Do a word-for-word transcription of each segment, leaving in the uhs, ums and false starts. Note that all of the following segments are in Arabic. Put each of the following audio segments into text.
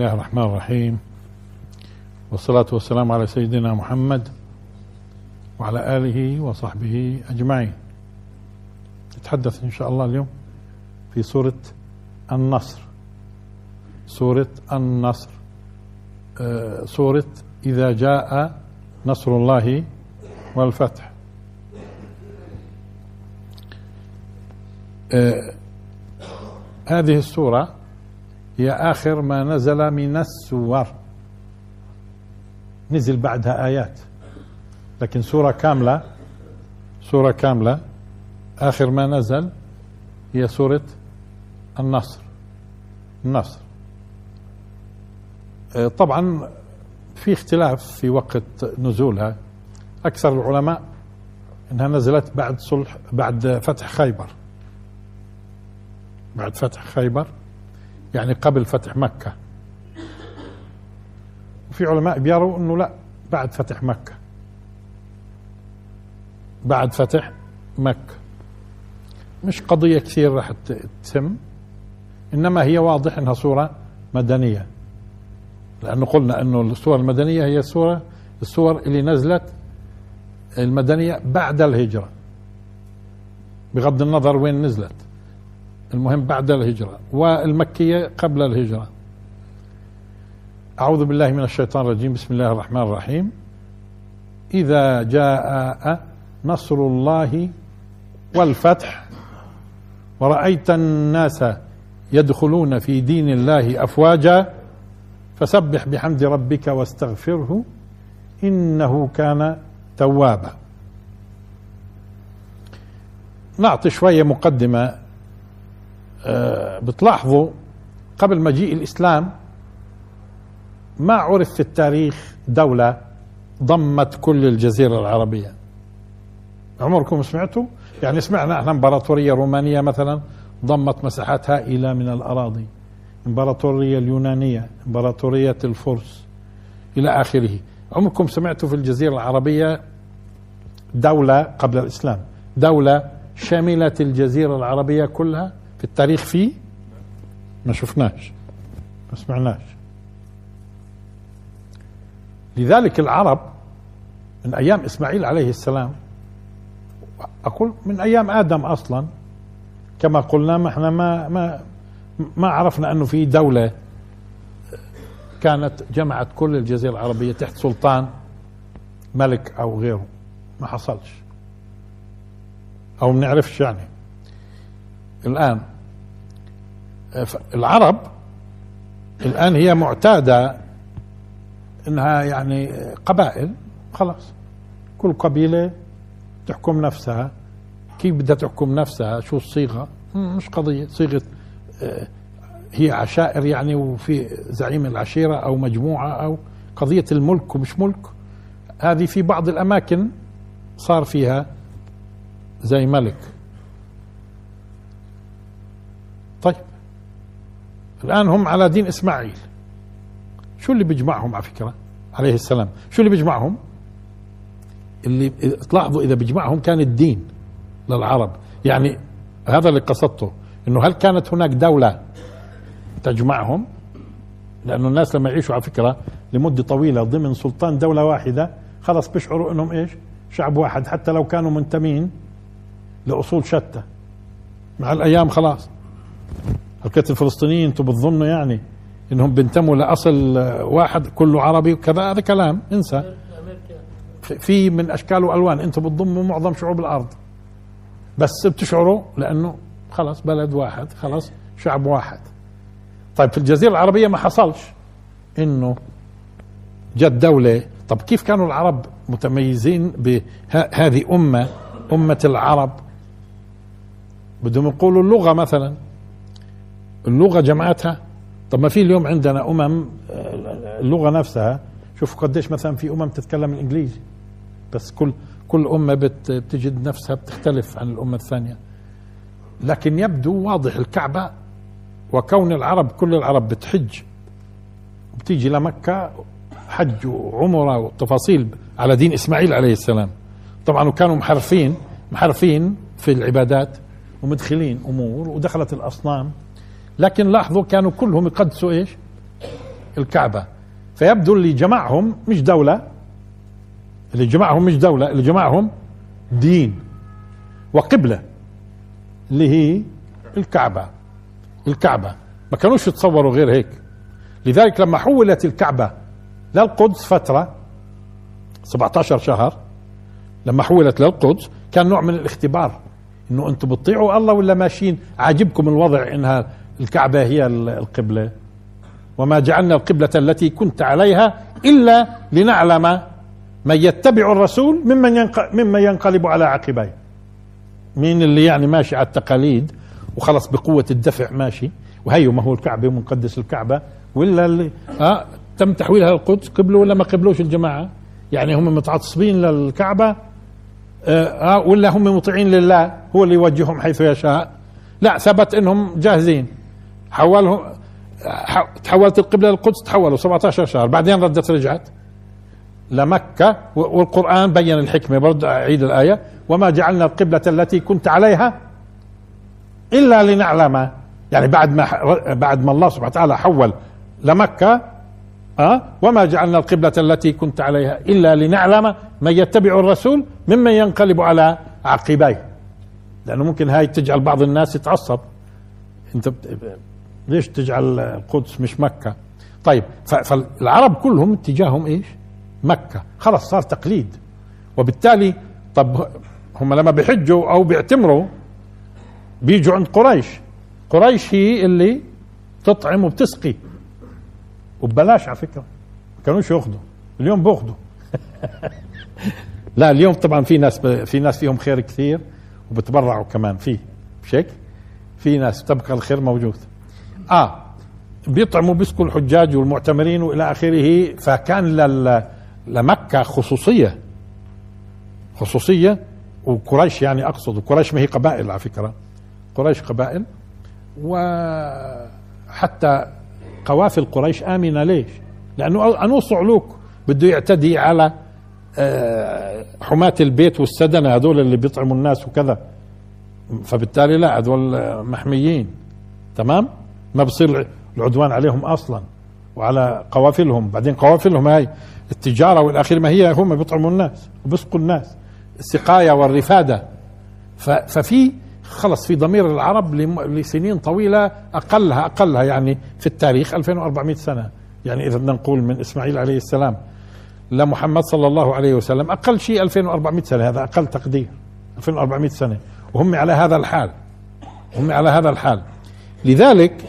الله الرحمن الرحيم، والصلاة والسلام على سيدنا محمد وعلى آله وصحبه أجمعين. نتحدث إن شاء الله اليوم في سورة النصر. سورة النصر آه سورة إذا جاء نصر الله والفتح. آه هذه السورة هي آخر ما نزل من السور، نزل بعدها آيات، لكن سورة كاملة سورة كاملة آخر ما نزل هي سورة النصر. النصر طبعا في اختلاف في وقت نزولها. أكثر العلماء أنها نزلت بعد صلح بعد فتح خيبر، بعد فتح خيبر يعني قبل فتح مكة. وفي علماء بيروا أنه لا، بعد فتح مكة، بعد فتح مكة. مش قضية كثير راح تتم، إنما هي واضح أنها سورة مدنية، لأنه قلنا أنه السورة المدنية هي السورة السور اللي نزلت المدنية بعد الهجرة، بغض النظر وين نزلت، المهم بعد الهجرة، والمكية قبل الهجرة. أعوذ بالله من الشيطان الرجيم. بسم الله الرحمن الرحيم. إذا جاء نصر الله والفتح ورأيت الناس يدخلون في دين الله أفواجا فسبح بحمد ربك واستغفره إنه كان توابا. نعطي شوية مقدمة. أه بتلاحظوا قبل مجيء الإسلام ما عرف في التاريخ دولة ضمت كل الجزيرة العربية. عمركم سمعتوا؟ يعني سمعنا احنا امبراطورية رومانية مثلا ضمت مساحات هائلة من الأراضي، امبراطورية اليونانية، امبراطورية الفرس إلى آخره. عمركم سمعتوا في الجزيرة العربية دولة قبل الإسلام، دولة شملت الجزيرة العربية كلها في التاريخ؟ فيه ما شفناش، ما سمعناش. لذلك العرب من أيام إسماعيل عليه السلام، أقول من أيام آدم أصلا، كما قلنا ما احنا ما ما ما عرفنا أنه في دولة كانت جمعت كل الجزيرة العربية تحت سلطان ملك أو غيره، ما حصلش أو ما نعرفش. يعني الآن العرب الآن هي معتادة إنها يعني قبائل، خلاص كل قبيلة تحكم نفسها. كيف بدها تحكم نفسها؟ شو الصيغة؟ مش قضية صيغة هي عشائر يعني، وفي زعيم العشيرة أو مجموعة، أو قضية الملك ومش ملك. هذه في بعض الأماكن صار فيها زي ملك. طيب الآن هم على دين إسماعيل. شو اللي بيجمعهم على فكرة عليه السلام؟ شو اللي بيجمعهم؟ اللي تلاحظوا إذا بيجمعهم كان الدين للعرب. يعني هذا اللي قصدته، إنه هل كانت هناك دولة تجمعهم؟ لأنه الناس لما يعيشوا على فكرة لمدة طويلة ضمن سلطان دولة واحدة خلاص بيشعروا إنهم إيش؟ شعب واحد، حتى لو كانوا منتمين لأصول شتى. مع الأيام خلاص حركة الفلسطينيين انتم بتظنوا يعني انهم بينتموا لاصل واحد كله عربي وكذا؟ هذا كلام انسى. في من اشكال والوان، انتم بتضموا معظم شعوب الارض، بس بتشعروا لانه خلاص بلد واحد، خلاص شعب واحد. طيب في الجزيرة العربية ما حصلش انه جت دولة. طب كيف كانوا العرب متميزين بهذه أمة أمة العرب؟ بدهم يقولوا اللغة مثلا، اللغة جمعتها. طب ما في اليوم عندنا أمم اللغة نفسها، شوف قديش مثلا في أمم تتكلم الإنجليزي، بس كل كل أمة بتجد نفسها بتختلف عن الأمة الثانية. لكن يبدو واضح الكعبة وكون العرب كل العرب بتحج، بتيجي لمكة حج وعمرة والتفاصيل على دين إسماعيل عليه السلام. طبعا وكانوا محرفين محرفين في العبادات ومدخلين أمور ودخلت الأصنام، لكن لاحظوا كانوا كلهم يقدسوا إيش؟ الكعبة. فيبدو اللي جمعهم مش دولة، اللي جمعهم مش دولة، اللي جمعهم دين وقبلة اللي هي الكعبة. الكعبة ما كانوش يتصوروا غير هيك. لذلك لما حولت الكعبة للقدس فترة سبعة عشر شهر، لما حولت للقدس كان نوع من الاختبار، انه انتم بتطيعوا الله ولا ماشيين عاجبكم الوضع انها الكعبة هي القبلة. وما جعلنا القبلة التي كنت عليها إلا لنعلم من يتبع الرسول ممن ينق... ممن ينقلب على عقبيه. مين اللي يعني ماشي على التقاليد وخلص بقوة الدفع ماشي، وهيو ما هو الكعبة ومقدس الكعبة، ولا اللي آه تم تحويلها للقدس قبلوا ولا ما قبلوش الجماعة؟ يعني هم متعصبين للكعبة آه ولا هم مطيعين لله هو اللي يوجههم حيث يشاء؟ لا، ثبت انهم جاهزين. حولهم تحولت القبلة للقدس، تحولوا سبعة عشر شهر، بعدين ردت رجعت لمكة، والقرآن بين الحكمة. برد أعيد الآية: وما جعلنا القبلة التي كنت عليها إلا لنعلم. يعني بعد ما بعد ما الله سبحانه وتعالى حول لمكة أه وما جعلنا القبلة التي كنت عليها إلا لنعلم من يتبع الرسول ممن ينقلب على عقبيه. لأنه ممكن هاي تجعل بعض الناس يتعصب، أنت ليش تجعل القدس مش مكة؟ طيب، فالعرب كلهم اتجاههم إيش؟ مكة. خلص صار تقليد. وبالتالي طب هم لما بيحجوا أو بيعتمروا بيجوا عند قريش. قريش هي اللي تطعم وبتسقي وببلاش على فكرة، ما كانوش ياخذوا، اليوم بياخذوا. لا اليوم طبعا في ناس ب... في ناس فيهم خير كثير وبتبرعوا كمان فيه، مش هيك؟ في ناس تبقى الخير موجود. اه بيطعموا بيسقوا الحجاج والمعتمرين والى اخره. فكان لل... لمكة خصوصية خصوصية وقريش يعني أقصد، قريش ما هي قبائل على فكرة، قريش قبائل. وحتى قوافل قريش آمنة. ليش؟ لأنه أنو صعلوك بده يعتدي على حماة البيت والسدنة هذول اللي بيطعموا الناس وكذا، فبالتالي لا، هذول محميين تمام، ما بصير العدوان عليهم أصلا وعلى قوافلهم. بعدين قوافلهم هاي التجارة والآخر ما هي هم بيطعموا الناس وبيسقوا الناس، السقاية والرفادة. ففي خلص في ضمير العرب لسنين طويلة، أقلها أقلها يعني في التاريخ ألفين وأربعمائة سنة. يعني إذا بدنا نقول من إسماعيل عليه السلام لمحمد صلى الله عليه وسلم أقل شيء ألفين وأربعمائة سنة، هذا أقل تقدير، ألفين وأربعمائة سنة، وهم على هذا الحال، هم على هذا الحال. لذلك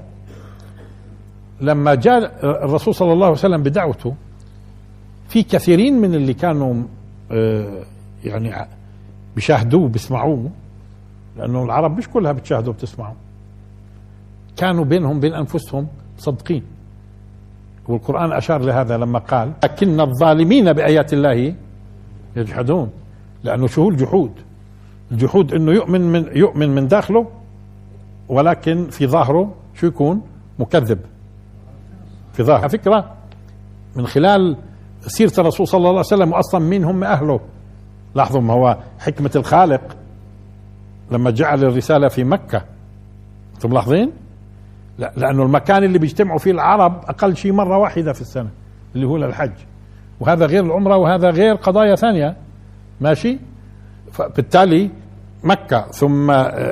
لما جاء الرسول صلى الله عليه وسلم بدعوته، في كثيرين من اللي كانوا يعني بيشاهدوه بيسمعوه، لأنه العرب مش كلها بتشاهدوا بتسمعوا، كانوا بينهم بين أنفسهم صدقين. والقرآن أشار لهذا لما قال: لكن الظالمين بآيات الله يجحدون. لأنه شو هو الجحود؟ الجحود إنه يؤمن من يؤمن من داخله، ولكن في ظاهره شو يكون؟ مكذب في ظاهره. فكرة من خلال سيرة الرسول صلى الله عليه وسلم، وأصلا مين هم أهله. لاحظوا، ما هو حكمة الخالق لما جعل الرسالة في مكة، أنتم ملاحظين؟ لا، لأنه المكان اللي بيجتمعوا فيه العرب أقل شيء مرة واحدة في السنة اللي هو للحج، وهذا غير العمرة وهذا غير قضايا ثانية، ماشي؟ فبالتالي مكة، ثم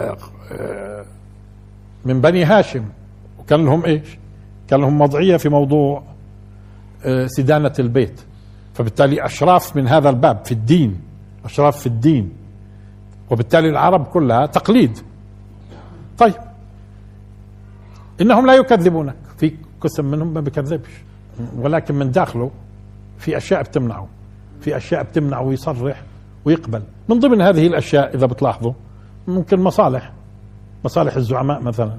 من بني هاشم، وكان لهم إيش؟ كان لهم وضعية في موضوع سدانة البيت، فبالتالي أشراف من هذا الباب في الدين، أشراف في الدين، وبالتالي العرب كلها تقليد. طيب، إنهم لا يكذبونك، في قسم منهم ما بيكذبش، ولكن من داخله في أشياء بتمنعه، في أشياء بتمنعه ويصرح ويقبل. من ضمن هذه الأشياء إذا بتلاحظوا ممكن مصالح، مصالح الزعماء مثلا،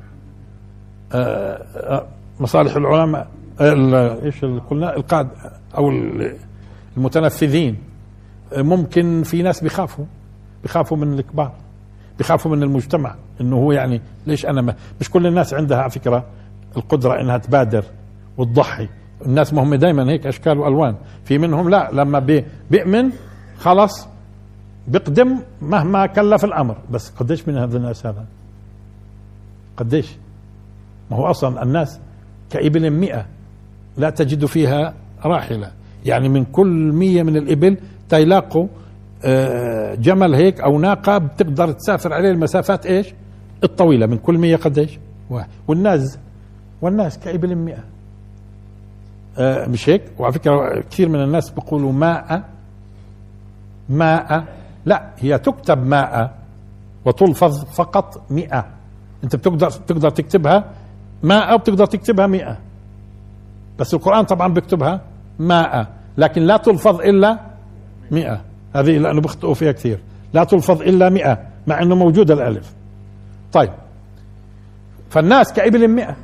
مصالح العلماء، ايش قلنا، القاد او المتنفذين. ممكن في ناس بيخافوا بيخافوا من الكبار، بيخافوا من المجتمع، انه هو يعني ليش انا ما مش كل الناس عندها على فكره القدره انها تبادر وتضحي. الناس ما هم دائما هيك اشكال والوان، في منهم لا، لما بي بيؤمن خلص بيقدم مهما كلف الامر. بس قديش من هذا الناس هذا؟ قديش؟ ما هو اصلا الناس كإبل مئة لا تجد فيها راحلة، يعني من كل مية من الإبل تيلاقوا جمل هيك أو ناقة بتقدر تسافر عليه المسافات إيش الطويلة، من كل مية قديش واحد. والناس والناس كإبل مئة، آه مش هيك؟ وعلى فكرة كثير من الناس بيقولوا ماء ماء، لا هي تكتب ماء وتلفظ فقط مئة. انت بتقدر تقدر تكتبها ماء وبتقدر تكتبها مئة، بس القرآن طبعا بيكتبها ماء، لكن لا تلفظ إلا مئة. هذه لأنه بيخطئوا فيها كثير، لا تلفظ إلا مئة مع أنه موجودة الألف. طيب فالناس كإبل مئة،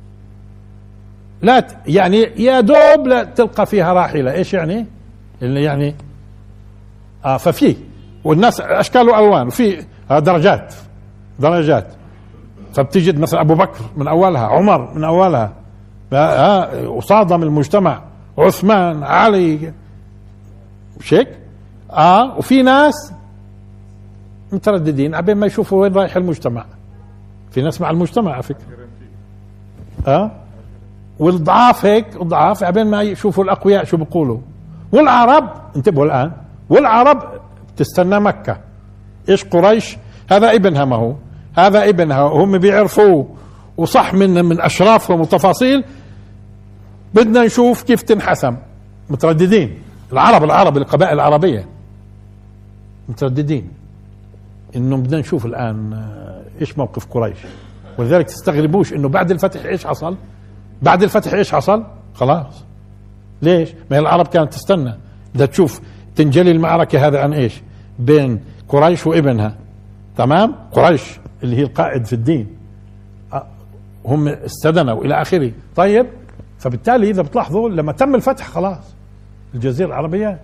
لا يعني يا دوب لا تلقى فيها راحلة. إيش يعني؟ اللي يعني آه ففي والناس أشكال وألوان، وفي درجات درجات. فبتجد مثلا أبو بكر من أولها، عمر من أولها، آه وصادم المجتمع، عثمان، علي، مش هيك؟ اه وفي ناس مترددين عبين ما يشوفوا وين رايح المجتمع. في ناس مع المجتمع على فكرة، اه والضعاف هيك الضعاف عبين ما يشوفوا الأقوياء شو بيقولوا. والعرب انتبهوا الآن، والعرب تستنى مكة. ايش قريش؟ هذا ابنها، ما هو هذا ابنها، هم بيعرفوه وصح من من أشرافهم وتفاصيل. بدنا نشوف كيف تنحسم. مترددين العرب العرب القبائل العربية مترددين انه بدنا نشوف الآن ايش موقف قريش. ولذلك تستغربوش انه بعد الفتح ايش حصل؟ بعد الفتح ايش حصل؟ خلاص. ليش؟ ما هي العرب كانت تستنى بدها تشوف تنجلي المعركة هذا عن ايش؟ بين قريش وابنها، تمام؟ قريش اللي هي القائد في الدين، هم استدنوا الى اخره. طيب فبالتالي اذا بتلاحظوا لما تم الفتح خلاص الجزيرة العربية.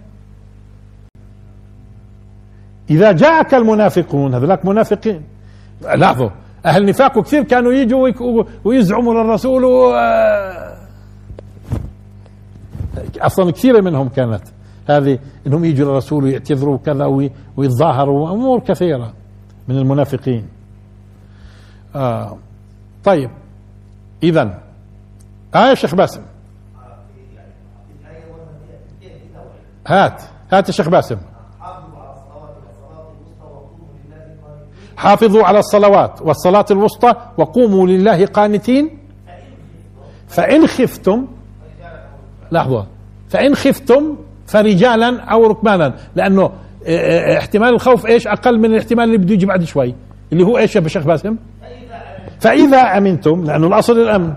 إذا جاءك المنافقون، هذولاك منافقين، لاحظوا أهل نفاق كثير كانوا يجوا ويزعموا للرسول و... أصلا كثيرة منهم كانت هذه إنهم يجوا للرسول ويعتذروا كذا ويتظاهروا، أمور كثيرة من المنافقين. آه. طيب إذن آه يا شيخ باسم، هات هات يا شيخ باسم. حافظوا على الصلوات والصلاة الوسطى وقوموا لله قانتين فإن خفتم، لحظة، فإن خفتم فرجالا أو ركبانا، لأنه احتمال الخوف إيش أقل من الاحتمال اللي بده يجي بعد شوي، اللي هو إيش يا شيخ باسم؟ فإذا أمنتم، لأنه الأصل الأمن.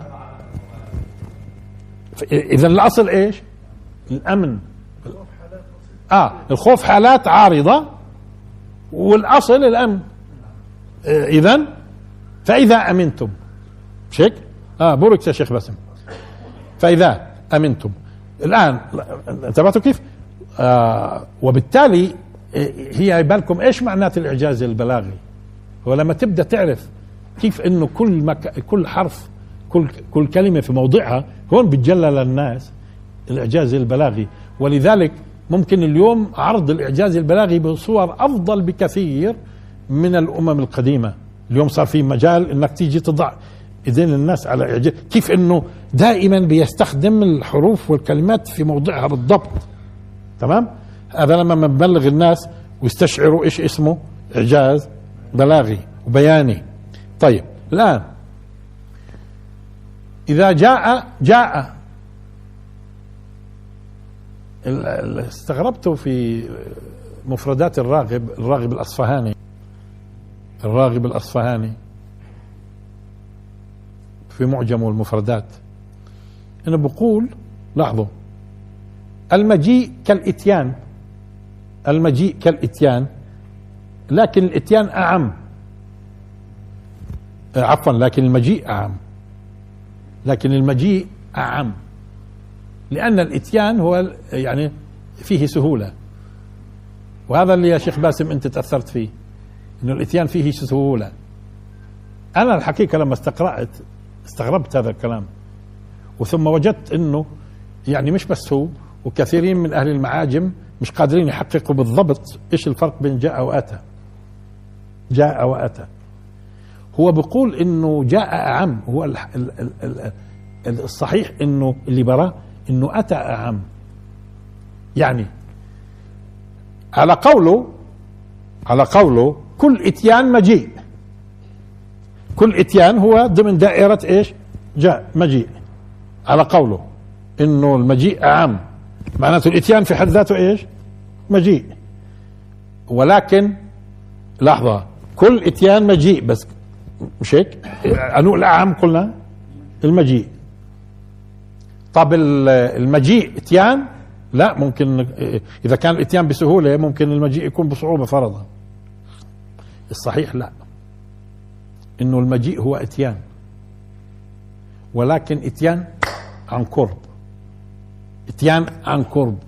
إذا الأصل إيش؟ الأمن. آه الخوف حالات عارضة والأصل الأمن. آه إذن فإذا أمنتم، مش هيك؟ آه بورك يا شيخ باسم. فإذا أمنتم، الآن انتبهتوا كيف؟ آه وبالتالي هي بالكم إيش معنات الإعجاز البلاغي؟ هو لما تبدأ تعرف كيف إنه كل مك... كل حرف كل كل كلمة في موضعها، هون بتجلى للناس الإعجاز البلاغي. ولذلك ممكن اليوم عرض الإعجاز البلاغي بصور أفضل بكثير من الأمم القديمة. اليوم صار في مجال إنك تيجي تضع إذن الناس على إعجاز، كيف إنه دائما بيستخدم الحروف والكلمات في موضعها بالضبط. تمام؟ هذا لما نبلغ الناس ويستشعروا إيش اسمه إعجاز بلاغي وبياني. طيب الآن إذا جاء جاء استغربت في مفردات الراغب الراغب الأصفهاني الراغب الأصفهاني في معجم المفردات، إنه بقول لاحظوا المجيء كالإتيان، المجيء كالإتيان، لكن الإتيان أعم، عفوا لكن المجيء أعم، لكن المجيء أعم، لأن الإتيان هو يعني فيه سهولة. وهذا اللي يا شيخ باسم أنت تأثرت فيه، إنه الإتيان فيه سهولة. أنا الحقيقة لما استقرأت استغربت هذا الكلام، وثم وجدت إنه يعني مش بس هو، وكثيرين من أهل المعاجم مش قادرين يحققوا بالضبط إيش الفرق بين جاء وأتى. جاء وأتى هو بيقول إنه جاء أعم، هو ال ال ال الصحيح انه اللي براه انه اتى اعم، يعني على قوله على قوله كل اتيان مجيء، كل اتيان هو ضمن دائرة ايش؟ جاء مجيء، على قوله انه المجيء اعم، معناته الاتيان في حد ذاته ايش؟ مجيء. ولكن لحظة، كل اتيان مجيء، بس مش هيك؟ انو الاعم قلنا المجيء. طب المجيء اتيان؟ لا، ممكن اذا كان الاتيان بسهولة ممكن المجيء يكون بصعوبة فرضا. الصحيح لا، انه المجيء هو اتيان، ولكن اتيان عن قرب، اتيان عن قرب.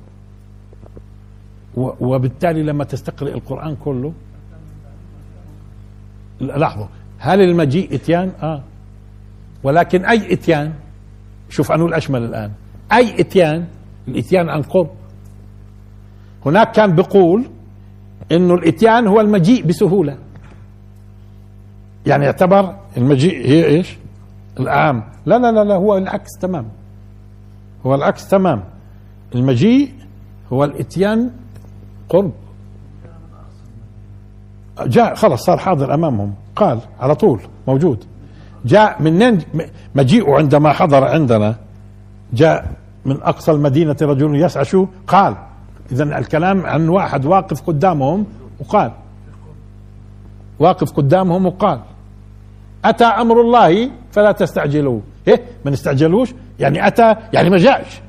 وبالتالي لما تستقرئ القرآن كله، لاحظوا، هل المجيء اتيان؟ اه ولكن اي اتيان؟ شوف انه الاشمل الان، اي اتيان؟ الاتيان عن قرب. هناك كان بيقول انه الاتيان هو المجيء بسهولة، يعني يعتبر المجيء هي ايش؟ الاعم. لا لا لا لا، هو العكس تمام، هو العكس تمام. المجيء هو الاتيان قرب، جاء خلص صار حاضر امامهم، قال على طول موجود. جاء منين مجيئه؟ عندما حضر عندنا جاء من اقصى المدينة رجل يسعى، شو قال؟ اذا الكلام عن واحد واقف قدامهم وقال، واقف قدامهم وقال اتى امر الله فلا تستعجلوه. ايه ما نستعجلوش؟ يعني اتى يعني ما جاءش،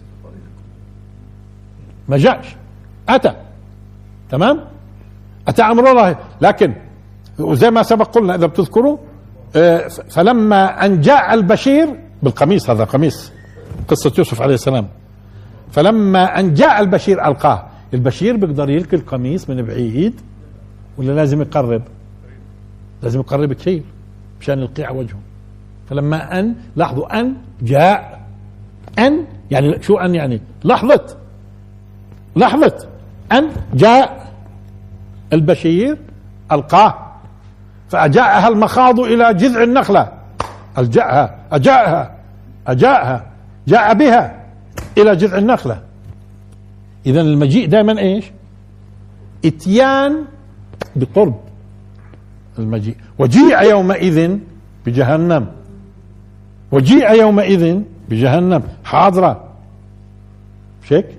ما جاءش، اتى تمام، اتى امر الله. لكن وزي ما سبق قلنا اذا بتذكروا، فلما ان جاء البشير بالقميص، هذا قميص قصة يوسف عليه السلام، فلما ان جاء البشير القاه. البشير بيقدر يلقي القميص من بعيد ولا لازم يقرب؟ لازم يقرب كثير مشان يلقيه على وجهه. فلما ان، لاحظوا، ان جاء، ان يعني شو؟ ان يعني لحظة، لحظة ان جاء البشير القاه، فاجاءها المخاض الى جذع النخلة، الجاءها اجاءها اجاءها جاء بها الى جذع النخلة. اذا المجيء دائما ايش؟ اتيان بقرب المجيء. وجيء يومئذ بجهنم، وجيء يومئذ بجهنم حاضرة، مش هيك؟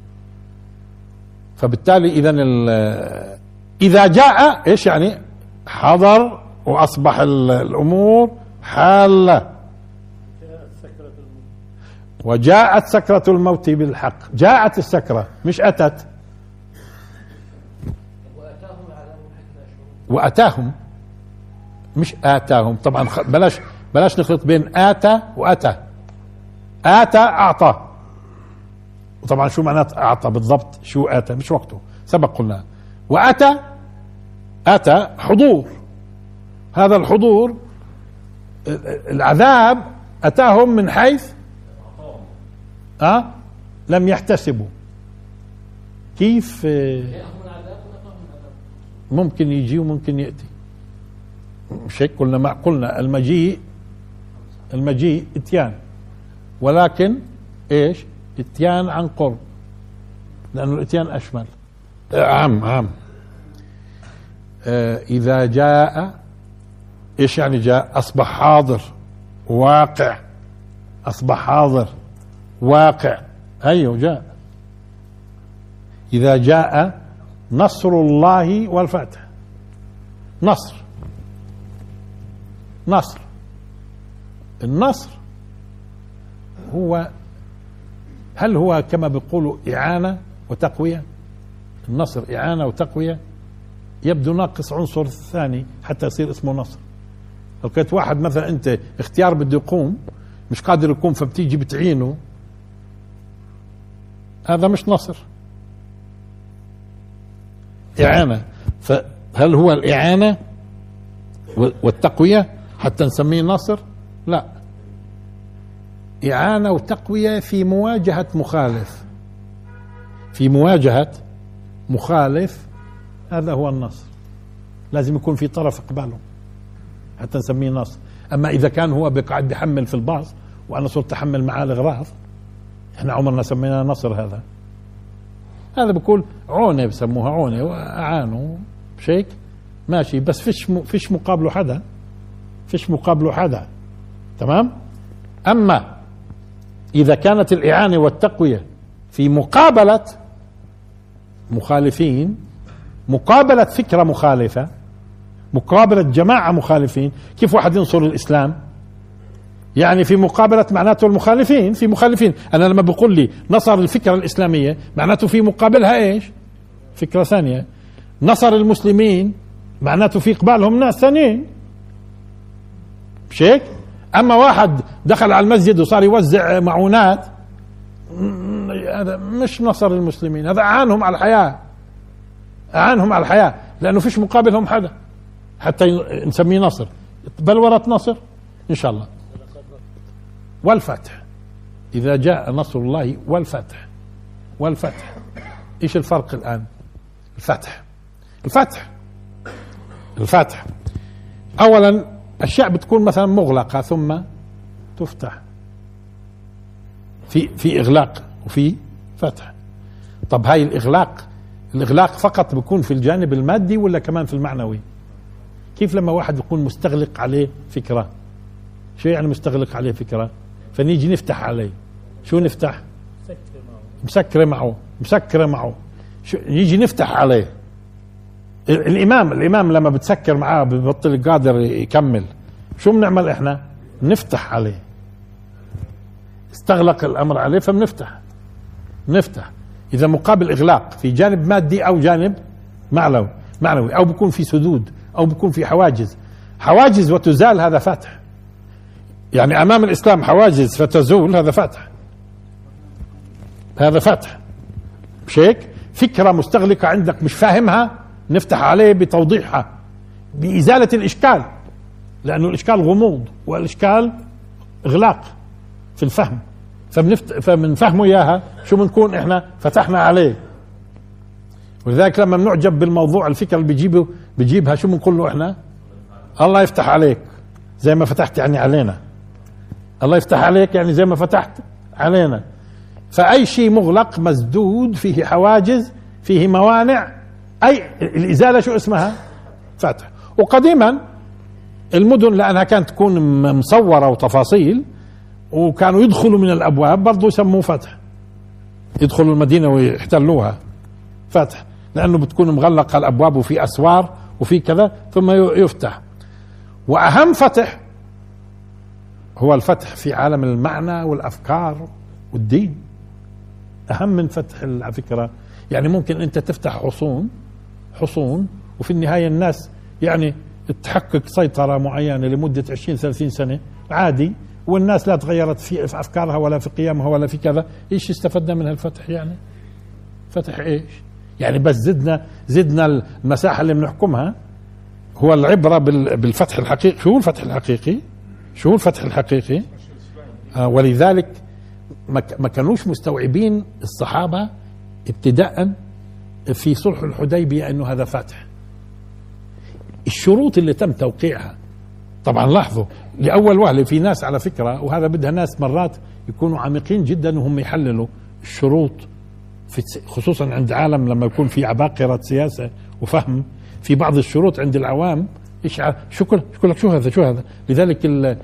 فبالتالي اذا اذا جاء ايش يعني؟ حضر واصبح الامور حالة. وجاءت سكرة الموت بالحق، جاءت السكرة مش اتت. واتاهم مش اتاهم، طبعا بلاش بلاش نخلط بين اتى واتى. اتى اعطى، وطبعا شو معنات اعطى بالضبط؟ شو اتى؟ مش وقته، سبق قلنا. واتى، اتى حضور، هذا الحضور العذاب اتاهم من حيث أه؟ لم يحتسبوا. كيف ممكن يجي وممكن يأتي؟ مش هيك قلنا؟ ما قلنا المجيء، المجيء اتيان، ولكن ايش؟ اتيان عن قرب، لأنه الاتيان أشمل، عام عام. آه إذا جاء، ايش يعني جاء؟ أصبح حاضر واقع، أصبح حاضر واقع. أيوه جاء. إذا جاء نصر الله والفتح، نصر، نصر. النصر هو، هل هو كما بيقولوا إعانة وتقوية؟ النصر إعانة وتقوية، يبدو ناقص عنصر ثاني حتى يصير اسمه نصر. لو كنت واحد مثلا أنت اختيار بده يقوم مش قادر يقوم فبتيجي بتعينه، هذا مش نصر، إعانة. فهل هو الإعانة والتقوية حتى نسميه نصر؟ لا، إعانة وتقوية في مواجهة مخالف، في مواجهة مخالف، هذا هو النصر. لازم يكون في طرف قباله حتى نسميه نصر. أما إذا كان هو بقعد بيحمل في الباص وأنا صرت أحمل معاه الأغراض. إحنا عمرنا سمينا نصر هذا. هذا بقول عونة، بسموها عونة وأعانوا بشيك ماشي، بس فيش م... فيش مقابله حدا، فيش مقابله حدا. تمام. أما إذا كانت الإعانة والتقوية في مقابلة مخالفين، مقابلة فكرة مخالفة، مقابلة جماعة مخالفين، كيف واحد ينصر الإسلام؟ يعني في مقابلة معناته المخالفين، في مخالفين. أنا لما بقول لي نصر الفكرة الإسلامية معناته في مقابلها إيش؟ فكرة ثانية. نصر المسلمين معناته في قبالهم ناس ثانيين، مش هيك؟ أما واحد دخل على المسجد وصار يوزع معونات، هذا مش نصر المسلمين، هذا أعانهم على الحياة، أعانهم على الحياة، لأنه فيش مقابلهم حدا حتى نسميه نصر. بل ورث نصر إن شاء الله. والفتح، إذا جاء نصر الله والفتح، والفتح إيش الفرق الآن؟ الفتح الفتح الفتح أولا أشياء بتكون مثلا مغلقة ثم تفتح، في في إغلاق وفي فتح. طب هاي الإغلاق، الإغلاق فقط بيكون في الجانب المادي ولا كمان في المعنوي؟ كيف لما واحد يكون مستغلق عليه فكرة؟ شو يعني مستغلق عليه فكرة؟ فنيجي نفتح عليه، شو نفتح؟ مسكرة معه، مسكرة معه، شو نيجي نفتح عليه. الإمام الإمام لما بتسكر معاه ببطل قادر يكمل، شو بنعمل إحنا؟ نفتح عليه. استغلق الأمر عليه فبنفتح، نفتح. إذا مقابل إغلاق في جانب مادي أو جانب معنوي، معنوي أو بيكون في سدود أو بيكون في حواجز، حواجز وتزال، هذا فتح. يعني أمام الإسلام حواجز فتزول، هذا فتح، هذا فتح. مش هيك؟ فكرة مستغلقة عندك مش فاهمها، نفتح عليه بتوضيحها، بإزالة الإشكال، لأنه الإشكال غموض والإشكال إغلاق في الفهم، فبنفت... فبنفهمه إياها، شو بنكون إحنا فتحنا عليه. ولذلك لما بنعجب بالموضوع الفكرة اللي بيجيبه بيجيبها، شو بنقول له إحنا؟ الله يفتح عليك، زي ما فتحت يعني علينا. الله يفتح عليك يعني زي ما فتحت علينا. فأي شيء مغلق مسدود فيه حواجز فيه موانع، أي الإزالة شو اسمها؟ فتح. وقديما المدن لأنها كانت تكون مصورة وتفاصيل وكانوا يدخلوا من الأبواب برضو يسموه فتح، يدخلوا المدينة ويحتلوها فتح، لأنه بتكون مغلقة الأبواب وفي أسوار وفي كذا ثم يفتح. وأهم فتح هو الفتح في عالم المعنى والأفكار والدين، أهم من فتح على فكرة. يعني ممكن أنت تفتح حصون حصون وفي النهاية الناس يعني تحقق سيطرة معينة لمدة عشرين ثلاثين سنة عادي، والناس لا تغيرت في أفكارها ولا في قيمها ولا في كذا. إيش استفدنا من هالفتح؟ يعني فتح إيش؟ يعني بس زدنا زدنا المساحة اللي بنحكمها. هو العبرة بالفتح الحقيقي. شو الفتح الحقيقي؟ شو الفتح الحقيقي؟ آه ولذلك ما كانوش مستوعبين الصحابة ابتداء في صلح الحديبية انه هذا فتح. الشروط اللي تم توقيعها طبعا لاحظوا لأول وهلة في ناس على فكرة، وهذا بدها ناس مرات يكونوا عميقين جدا وهم يحللوا الشروط، في خصوصا عند عالم لما يكون في عباقرة سياسة وفهم، في بعض الشروط عند العوام ايش شو كل شو لك شو هذا شو هذا. لذلك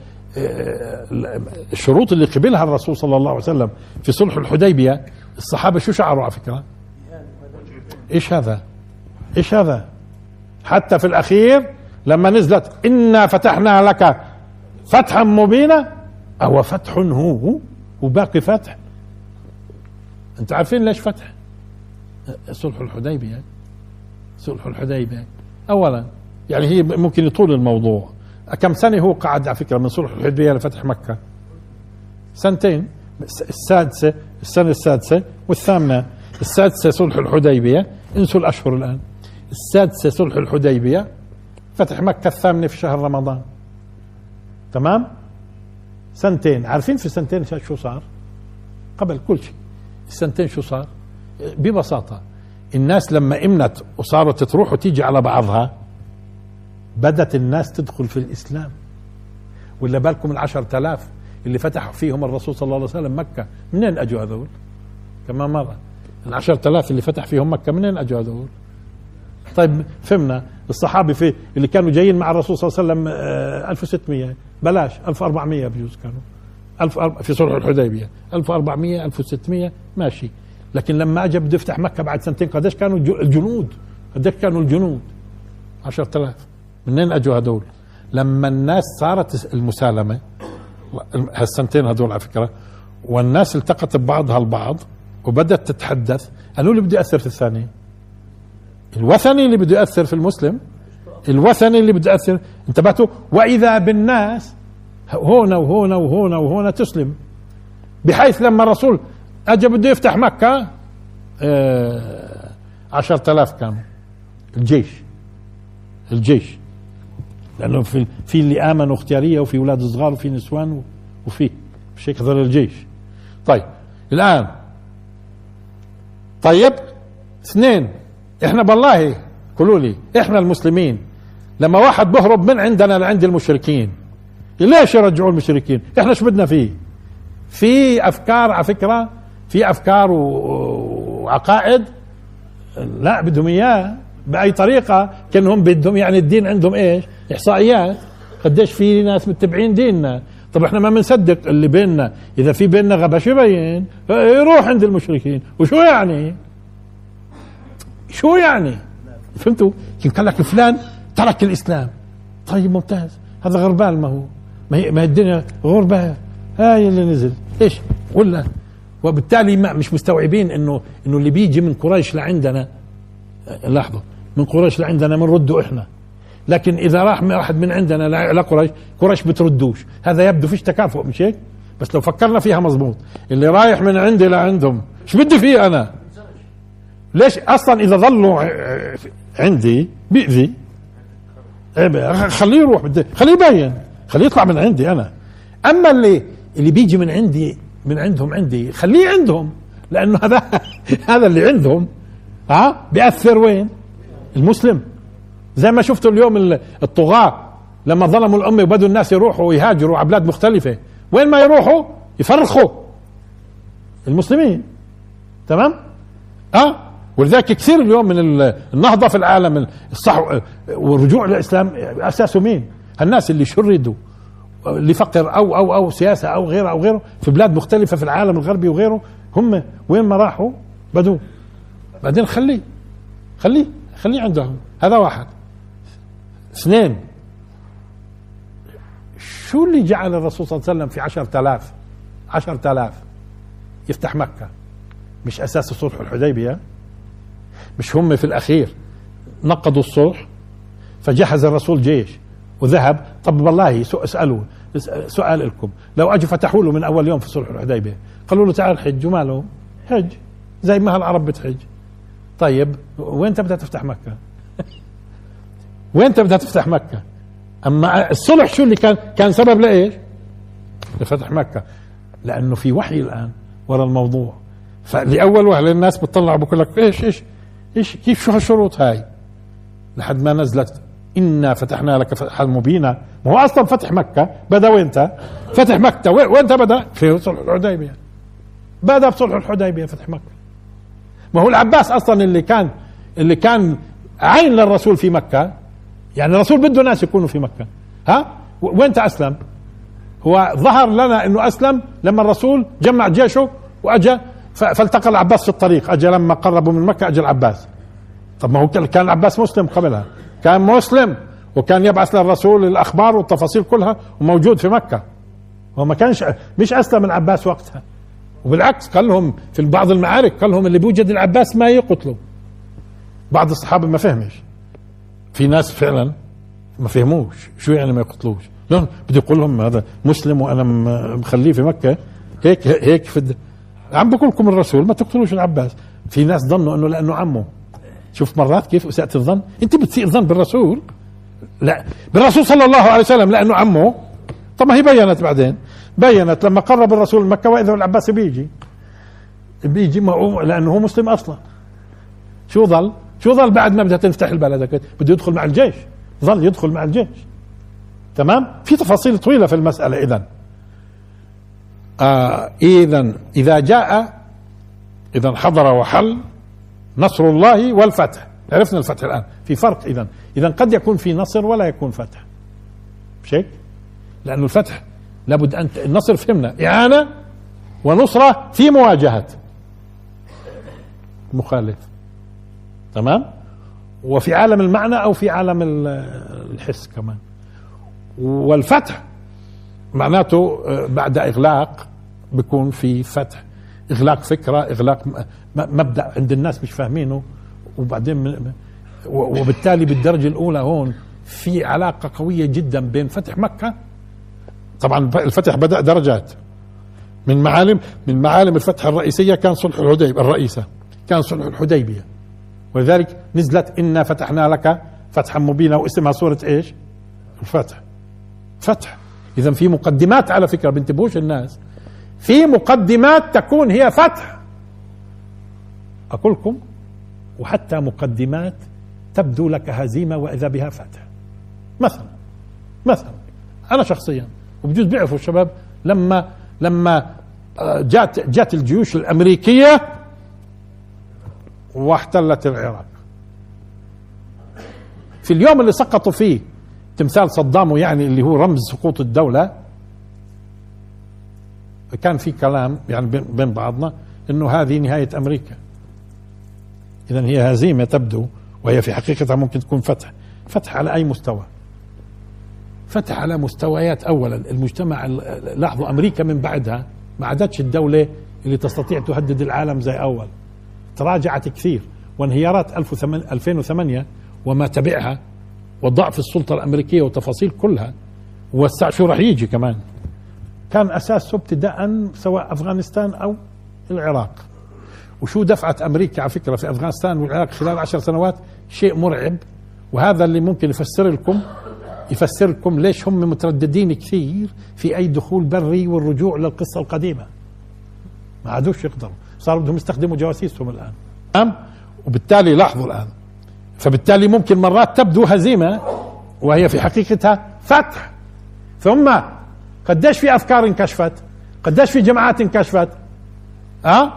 الشروط اللي قبلها الرسول صلى الله عليه وسلم في صلح الحديبية الصحابة شو شعروا على فكرة؟ ايش هذا؟ ايش هذا؟ حتى في الأخير لما نزلت إنا فتحنا لك فتحا مبينا، أو فتح هو وباقي فتح. أنت عارفين ليش فتح؟ صلح الحديبية صلح الحديبية أولا يعني هي ممكن يطول الموضوع. كم سنة هو قعد على فكرة من صلح الحديبية لفتح مكة؟ سنتين. السادسة السنة السادسة والثامنة. السادسة صلح الحديبية، انسوا الأشهر الآن. السادسة صلح الحديبية، فتح مكة الثامنة في شهر رمضان. تمام؟ سنتين. عارفين في سنتين شو صار؟ قبل كل شيء السنتين شو صار؟ ببساطة الناس لما امنت وصارت تروح وتيجي على بعضها بدت الناس تدخل في الإسلام. ولا بالكم العشر تلاف اللي فتح فيهم الرسول صلى الله عليه وسلم مكة منين اجوا هذول؟ كمان مرة العشرة آلاف اللي فتح فيهم مكة منين اجوا هذول؟ طيب فهمنا الصحابي في اللي كانوا جايين مع الرسول صلى الله عليه وسلم ألف وستمية بلاش ألف وأربعمية بجوز كانوا ألف في صلح الحديبية ألف وأربعمية ألف وستمية ماشي، لكن لما اجى بده يفتح مكة بعد سنتين قديش كانوا الجنود؟ قديش كانوا الجنود؟ عشرة آلاف. منين اجوا هذول؟ لما الناس صارت المسالمة هالسنتين هذول على فكرة، والناس التقت ببعضها البعض وبدأت تتحدث، قالوا لي بده يأثر في الثاني، الوثني اللي بده يأثر في المسلم، الوثني اللي بده يأثر، انتبهتوا؟ وإذا بالناس هنا وهنا وهنا وهنا تسلم، بحيث لما الرسول أجى بده يفتح مكة آه عشرة آلاف كانوا الجيش الجيش لأنه في في اللي آمنوا اختيارية وفي أولاد صغار وفي نسوان وفي مش هيك هذول الجيش. طيب الآن طيب اثنين، احنا بالله قولوا لي احنا المسلمين لما واحد بهرب من عندنا لعند المشركين ليش يرجعوا المشركين؟ احنا شو بدنا فيه؟ في افكار على فكرة، في افكار وعقائد لا بدهم اياه باي طريقة، كانهم بدهم يعني الدين عندهم ايش؟ احصائيات قديش في ناس متبعين ديننا. طب احنا ما بنصدق اللي بيننا، اذا في بيننا غبا شو يبين؟ يروح عند المشركين. وشو يعني؟ شو يعني؟ فهمتوا؟ يمكن لك فلان ترك الاسلام، طيب ممتاز، هذا غربال، ما هو ما هي, ما هي الدنيا غربال، هاي اللي نزل ايش ولا. وبالتالي ما مش مستوعبين انه انه اللي بيجي من قريش لعندنا، لاحظوا، من قريش لعندنا بنرده احنا، لكن اذا راح واحد من عندنا لقريش قريش بتردوش. هذا يبدو فيش تكافؤ، مش هيك؟ بس لو فكرنا فيها مزبوط، اللي رايح من عندي لعندهم شو بدي فيه انا؟ ليش اصلا اذا ظلوا عندي بيأذي؟ خليه يروح، بدي خليه يبين، خليه يطلع من عندي انا. اما اللي اللي بيجي من عندي من عندهم عندي خليه عندهم، لانه هذا هذا اللي عندهم ها بيأثر وين؟ المسلم. زي ما شفتوا اليوم الطغاة لما ظلموا الأمة وبدوا الناس يروحوا ويهاجروا على بلاد مختلفة، وين ما يروحوا يفرخوا المسلمين. تمام؟ اه ولذلك كثير اليوم من النهضة في العالم الصح والرجوع للإسلام أساسه مين؟ الناس اللي شردوا لفقر أو أو أو سياسة أو غيره أو غيره في بلاد مختلفة في العالم الغربي وغيره، هم وين ما راحوا بدوا. بعدين خليه خليه خليه عندهم. هذا واحد. اثنين، شو اللي جعل الرسول صلى الله عليه وسلم في عشرة آلاف عشرة آلاف يفتح مكة؟ مش أساس صلح الحديبية؟ مش هم في الأخير نقضوا الصلح فجهز الرسول جيش وذهب؟ طب والله اسألوا سؤال لكم، لو أجوا فتحوا له من أول يوم في صلح الحديبية قالوا له تعال حج، وماله حج زي ما العرب بتحج. طيب وين انت بدها تفتح مكة؟ وين انت بدها تفتح مكة؟ اما الصلح شو اللي كان كان سبب لايش؟ لفتح مكة، لانه في وحي الان ورا الموضوع. فلاول وهله الناس بتطلع بقول لك ايش ايش ايش كيف شو هالشروط هاي، لحد ما نزلت انا فتحنا لك فتحا مبينا. ما هو اصلا فتح مكة بدا وينت؟ فتح مكة وينت بدا؟ في صلح الحديبية، بدا بصلح الحديبية فتح مكة. ما هو العباس اصلا اللي كان اللي كان عين للرسول في مكة، يعني الرسول بده ناس يكونوا في مكة. ها وين اسلم؟ هو ظهر لنا انه اسلم لما الرسول جمع جيشه واجى، فالتقى العباس في الطريق، اجى لما قربوا من مكة اجى العباس. طب ما هو كان العباس مسلم قبلها، كان مسلم وكان يبعث للرسول الاخبار والتفاصيل كلها وموجود في مكة. هو ما كانش مش اسلم العباس وقتها، وبالعكس قال لهم في بعض المعارك قال لهم اللي بيوجد العباس ما يقتلوا. بعض الصحابة ما فهمش، في ناس فعلا ما فهموش شو يعني ما يقتلوش، لا بده يقول لهم هذا مسلم وانا مخليه في مكة هيك هيك في الد... عم بقول لكم الرسول ما تقتلوش العباس. في ناس ظنوا انه لانه عمه. شوف مرات كيف اساءة الظن، انت بتسيء الظن بالرسول؟ لا، بالرسول صلى الله عليه وسلم لانه عمه. طب ما هي بينت بعدين، بينت لما قرب الرسول مكة واذا العباس بيجي بيجي لانه هو مسلم اصلا. شو ظل؟ شو ظل بعد ما بدها تفتح البلد؟ بده يدخل مع الجيش، ظل يدخل مع الجيش. تمام؟ في تفاصيل طويلة في المسألة. إذن آه إذا إذا جاء إذا حضر وحل نصر الله والفتح. عرفنا الفتح الآن في فرق. إذا إذا قد يكون في نصر ولا يكون فتح، مش هيك؟ لأنه الفتح لابد أن النصر فهمنا إعانة ونصرة في مواجهة مخالف، تمام؟ وفي عالم المعنى أو في عالم الحس كمان. والفتح معناته بعد إغلاق بيكون في فتح، إغلاق فكرة، إغلاق مبدأ عند الناس مش فاهمينه، وبعدين وبالتالي بالدرجة الأولى هون في علاقة قوية جدا بين فتح مكة. طبعا الفتح بدأ درجات. من معالم من معالم الفتح الرئيسية كان صلح الحديبية، الرئيسة كان صلح الحديبية، ولذلك نزلت إنا فتحنا لك فتحا مبينا، واسمها سورة إيش؟ الفتح. فتح. إذا في مقدمات على فكرة، بنتبهوش الناس، في مقدمات تكون هي فتح، أقول لكم، وحتى مقدمات تبدو لك هزيمة وإذا بها فتح. مثلا مثلا أنا شخصيا، وبجوز بيعرفوا الشباب، لما لما جات جات الجيوش الأمريكية واحتلت العراق، في اليوم اللي سقطوا فيه تمثال صدام، يعني اللي هو رمز سقوط الدولة، كان في كلام يعني بين بعضنا انه هذه نهاية امريكا. اذا هي هزيمة تبدو، وهي في حقيقتها ممكن تكون فتح. فتح على اي مستوى؟ فتح على مستويات. اولا المجتمع، لاحظوا امريكا من بعدها ما عادتش الدولة اللي تستطيع تهدد العالم زي اول، تراجعت كثير، وانهيارات ألفين وثمانية وما تبعها وضعف السلطة الامريكية وتفاصيل كلها، ووسع شو راح يجي كمان، كان أساسه ابتداء سواء أفغانستان أو العراق. وشو دفعت أمريكا على فكرة في أفغانستان والعراق خلال عشر سنوات؟ شيء مرعب. وهذا اللي ممكن يفسر لكم يفسر لكم ليش هم مترددين كثير في أي دخول بري والرجوع للقصة القديمة. ما عادوش يقدروا، صاروا بدهم يستخدموا جواسيسهم الآن. أم وبالتالي لاحظوا الآن، فبالتالي ممكن مرات تبدو هزيمة وهي في حقيقتها فتح. ثم قديش في افكار انكشفت، قديش في جماعات انكشفت، اه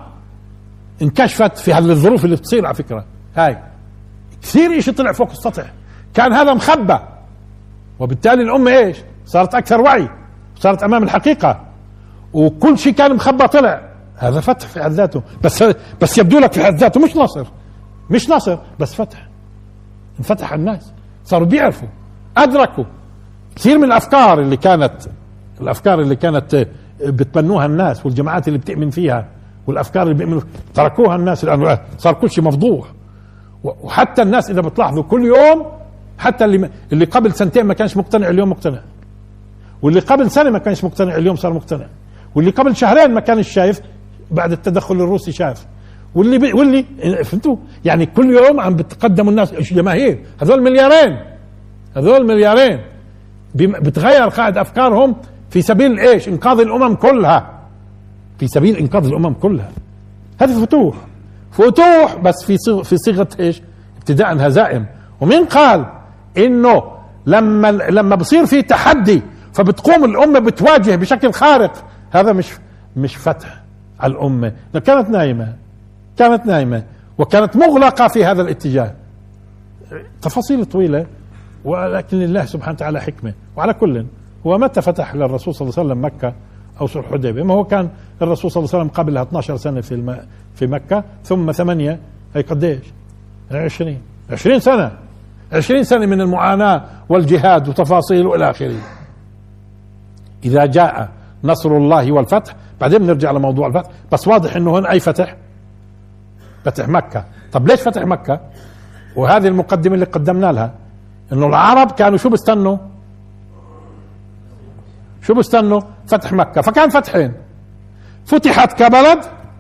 انكشفت في هذه الظروف اللي بتصير. على فكره هاي كثير اشي طلع فوق السطح، كان هذا مخبى، وبالتالي الامه ايش صارت اكثر وعي، صارت امام الحقيقه، وكل شيء كان مخبى طلع. هذا فتح في حد ذاته، بس بس يبدو لك في حد ذاته مش نصر، مش نصر بس فتح. انفتح الناس، صاروا بيعرفوا، ادركوا كثير من الافكار اللي كانت الافكار اللي كانت بتبنوها الناس والجماعات اللي بتؤمن فيها والافكار اللي بيؤمنوا، تركوها الناس لانه صار كل شيء مفضوح. وحتى الناس اذا بتلاحظوا كل يوم، حتى اللي اللي قبل سنتين ما كانش مقتنع اليوم مقتنع، واللي قبل سنه ما كانش مقتنع اليوم صار مقتنع، واللي قبل شهرين ما كانش شايف بعد التدخل الروسي شاف، واللي بي واللي فهمتوا يعني كل يوم عم بتقدموا الناس جماهير. هذول مليارين، هذول مليارين بتغير قاعدة افكارهم في سبيل ايش؟ انقاذ الامم كلها، في سبيل انقاذ الامم كلها. هذه فتوح، فتوح بس في صيغه في صيغه ايش؟ ابتداء هزائم. ومين قال انه لما لما بصير في تحدي فبتقوم الامه بتواجه بشكل خارق؟ هذا مش مش فتح على الامه، كانت نايمه، كانت نايمه وكانت مغلقه في هذا الاتجاه. تفاصيل طويله، ولكن لله سبحانه وتعالى حكمه. وعلى كل، هو متى فتح للرسول صلى الله عليه وسلم مكة أو صلح الحديبية؟ ما هو كان الرسول صلى الله عليه وسلم قبلها اثني عشر سنة في الم... في مكة، ثم ثمانية، هي قديش؟ عشرين عشرين سنة، عشرين سنة من المعاناة والجهاد وتفاصيل والى آخره. إذا جاء نصر الله والفتح، بعدين بنرجع لموضوع الفتح، بس واضح إنه هون أي فتح؟ فتح مكة. طب ليش فتح مكة؟ وهذه المقدمة اللي قدمنا لها، إنه العرب كانوا شو بيستنوا؟ شو بيستنوا؟ فتح مكة. فكان فتحين، فتحت كبلد،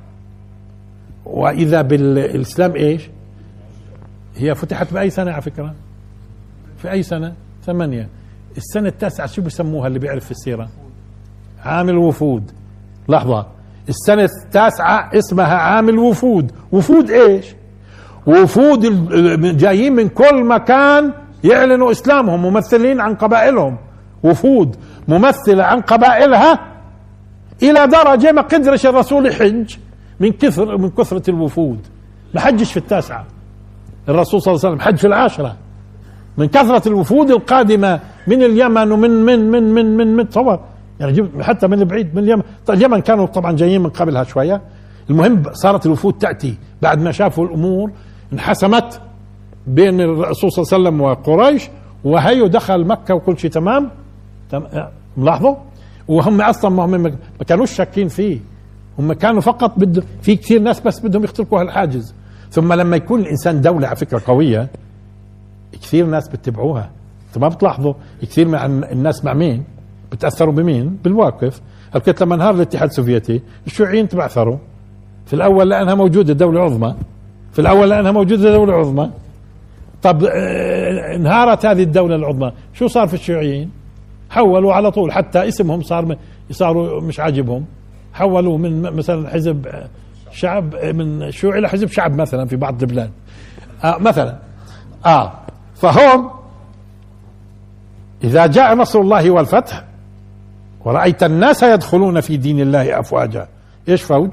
وإذا بالإسلام إيش؟ هي فتحت بأي سنة على فكرة؟ في أي سنة؟ ثمانية. السنة التاسعة شو بيسموها اللي بيعرف في السيرة؟ عام الوفود. لحظة، السنة التاسعة اسمها عام الوفود. وفود إيش؟ وفود جايين من كل مكان يعلنوا إسلامهم، ممثلين عن قبائلهم، وفود ممثلة عن قبائلها الى درجة ما قدرش الرسول يحج من كثر من كثرة الوفود، ما حجش في التاسعة، الرسول صلى الله عليه وسلم حج في العاشرة من كثرة الوفود القادمة من اليمن ومن من من من من من تصور يعني حتى من بعيد من اليمن. طيب اليمن كانوا طبعا جايين من قبلها شوية. المهم صارت الوفود تأتي بعد ما شافوا الأمور انحسمت بين الرسول صلى الله عليه وسلم وقريش، وهيو دخل مكة وكل شيء تمام. ملاحظوا؟ وهم أصلا ما هم ما كانوش شاكين فيه، هم كانوا فقط بده في كثير ناس بس بدهم يخترقوا هالحاجز. ثم لما يكون الإنسان دولة على فكرة قوية كثير ناس بتتبعوها. انتم ما بتلاحظوا كثير مع الناس مع مين بتأثروا بمين؟ بالواقف. قلت لما انهار الاتحاد السوفيتي الشيوعيين تبعثروا في الأول لأنها موجودة دولة عظمى، في الأول لأنها موجودة دولة عظمى. طب اه انهارت هذه الدولة العظمى، شو صار في الشيوعيين؟ حولوا على طول، حتى اسمهم صار صاروا مش عاجبهم، حولوا من مثلا حزب شعب من شيوعي إلى حزب شعب مثلا في بعض البلاد آه مثلا. اه فهم إذا جاء نصر الله والفتح ورأيت الناس يدخلون في دين الله أفواجا، إيش فوج؟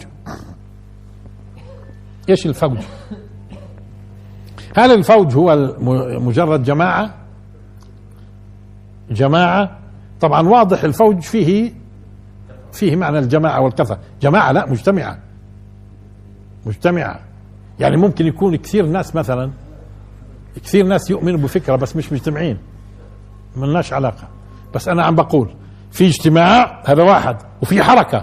إيش الفوج؟ هل الفوج هو مجرد جماعة؟ جماعة طبعا واضح الفوج فيه فيه معنى الجماعة والكثرة. جماعة لا، مجتمعة، مجتمعة يعني ممكن يكون كثير ناس مثلا كثير ناس يؤمنوا بفكرة بس مش مجتمعين، ملناش علاقة. بس أنا عم بقول في اجتماع هذا واحد، وفي حركة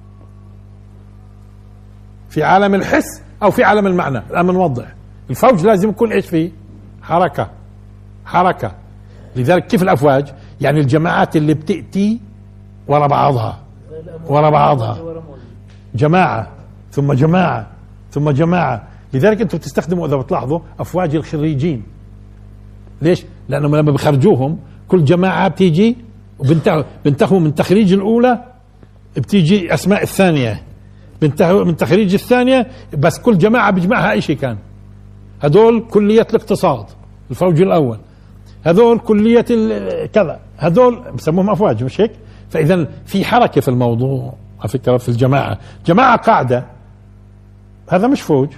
في عالم الحس أو في عالم المعنى. الآن بنوضح الفوج لازم يكون إيش فيه؟ حركة، حركة. لذلك كيف الأفواج؟ يعني الجماعات اللي بتأتي ورا بعضها ورا بعضها، جماعة ثم جماعة ثم جماعة. لذلك أنتم بتستخدموا إذا بتلاحظوا أفواج الخريجين. ليش؟ لأنهم لما بخرجوهم كل جماعة بتيجي وبنتخبوا من تخريج الأولى بتيجي أسماء الثانية، من تخريج الثانية، بس كل جماعة بيجمعها أي شيء كان. هذول كلية الاقتصاد الفوج الأول، هذول كلية كذا، هذول بسموهم أفواج مش هيك؟ فإذا في حركة في الموضوع على فكرة. في الجماعة جماعة قاعدة، هذا مش فوج.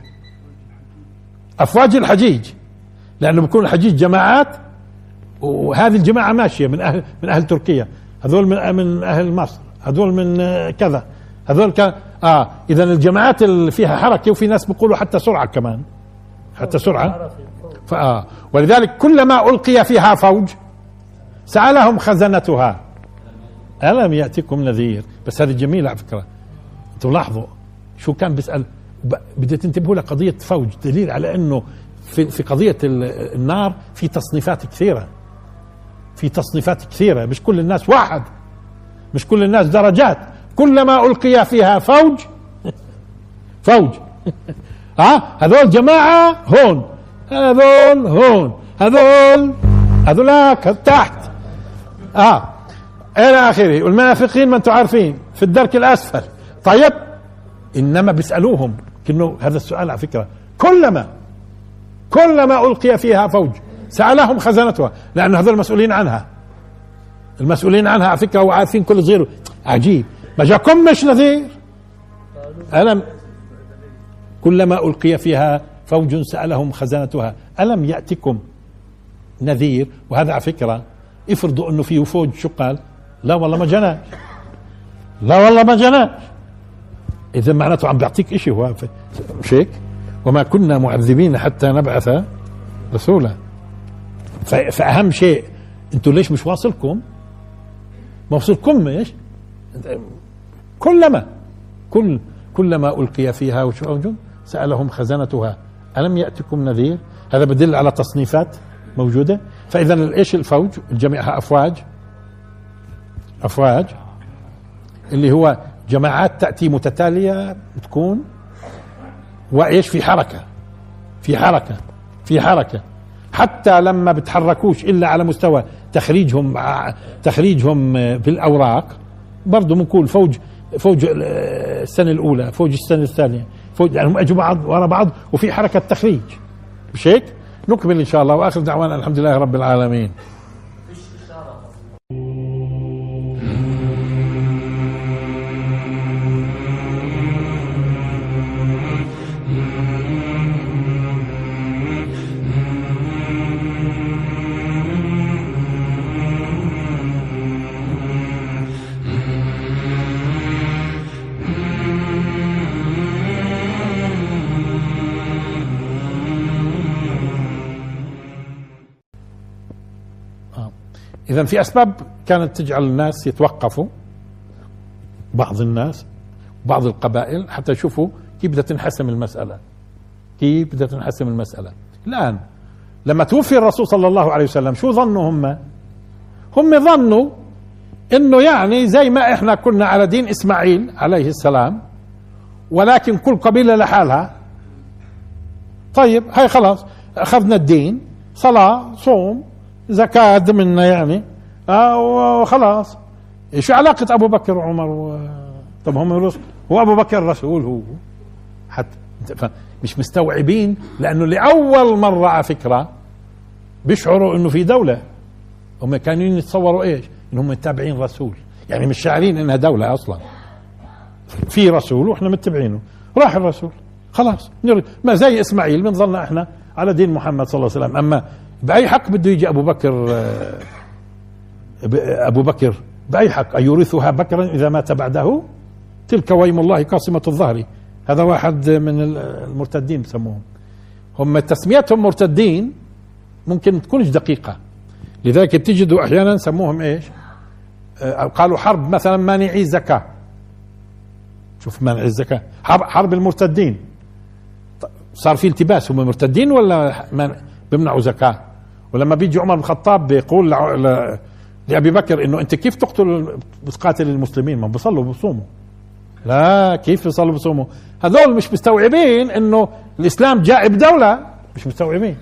أفواج الحجيج لأنه بيكون الحجيج جماعات، وهذه الجماعة ماشية من أهل من أهل تركيا، هذول من من أهل مصر، هذول من كذا، هذول كذا. آه إذا الجماعات اللي فيها حركة، وفي ناس بيقولوا حتى سرعة كمان، حتى سرعة. فآه ولذلك كلما ألقي فيها فوج سألهم خزنتها ألم يأتكم نذير. بس هذه جميلة على فكرة. انتم لاحظوا شو كان بيسأل. بدي تنتبهوا لقضية فوج، دليل على أنه في في قضية النار في تصنيفات كثيرة، في تصنيفات كثيرة. مش كل الناس واحد، مش كل الناس درجات. كلما ألقي فيها فوج فوج ها هذول جماعة هون، هذول هون، هذول هذولاك تحت اه الى اخره. والمنافقين ما انتم عارفين في الدرك الاسفل. طيب انما بيسالوهم كأنه هذا السؤال على فكره، كلما كلما القي فيها فوج سالهم خزنتها، لانه هذول المسؤولين عنها، المسؤولين عنها على فكره وعارفين كل صغير. عجيب، ما جاكم مش نذير؟ ألم كلما ألقي فيها فوج سألهم خزنتها ألم يأتكم نذير. وهذا على فكرة افرضوا أنه فيه فوج، شو قال؟ لا والله ما جناش، لا والله ما جناش. إذا معناته عم بيعطيك إشي هو مش هيك؟ وما كنا معذبين حتى نبعث رسولا. فأهم شيء أنتوا ليش مش واصلكم؟ ما وصلكم ايش؟ كلما كل كلما ألقي فيها فوج سألهم خزنتها ألم يأتكم نذير. هذا بدل على تصنيفات موجودة. فإذا ايش الفوج؟ جميعها أفواج، أفواج اللي هو جماعات تأتي متتالية تكون، وإيش في حركة، في حركة في حركة حتى لما بتحركوش إلا على مستوى تخريجهم تخريجهم بالأوراق. برضو بنقول فوج فوج السنة الأولى، فوج السنة الثانية، فوج يعني هم أجوا بعض ورا بعض وفي حركة تخريج مش هيك؟ نكمل إن شاء الله. وآخر دعوانا الحمد لله رب العالمين. إذا في أسباب كانت تجعل الناس يتوقفوا، بعض الناس بعض القبائل، حتى يشوفوا كيف بدها تنحسم المسألة، كيف بدها تنحسم المسألة. الآن لما توفي الرسول صلى الله عليه وسلم شو ظنوا هم؟ هم ظنوا انه يعني زي ما احنا كنا على دين اسماعيل عليه السلام، ولكن كل قبيلة لحالها. طيب هاي خلاص اخذنا الدين، صلاة صوم زكاة ضمننا يعني، آه وخلاص. شو علاقة ابو بكر وعمر و... طب هم رسول، هو ابو بكر رسول هو حتى مش مستوعبين، لانه لاول مرة على فكرة بيشعروا انه في دولة. هم كانوا يتصوروا ايش؟ انهم متابعين رسول، يعني مش شاعرين انها دولة اصلا. في رسول واحنا متبعينه، راح الرسول خلاص ما زي اسماعيل بنظلنا احنا على دين محمد صلى الله عليه وسلم. اما باي حق بده يجي ابو بكر، ابو بكر باي حق ايورثها بكرا اذا مات بعده؟ تلك ويم الله قاصمة الظهر. هذا واحد من المرتدين بسموهم، هم تسميتهم مرتدين ممكن تكونش دقيقة، لذلك بتجدوا احيانا سموهم ايش؟ قالوا حرب مثلا مانعي الزكاة. شوف مانع الزكاة، حرب, حرب المرتدين. صار في التباس، هم مرتدين ولا بيمنعوا زكاة؟ ولما بيجي عمر بن الخطاب بيقول لأبي بكر انه انت كيف تقتل بتقاتل المسلمين؟ ما بيصلوا بصوموا. لا كيف بيصلوا بصوموا؟ هذول مش مستوعبين انه الاسلام جاء بدولة، مش مستوعبين.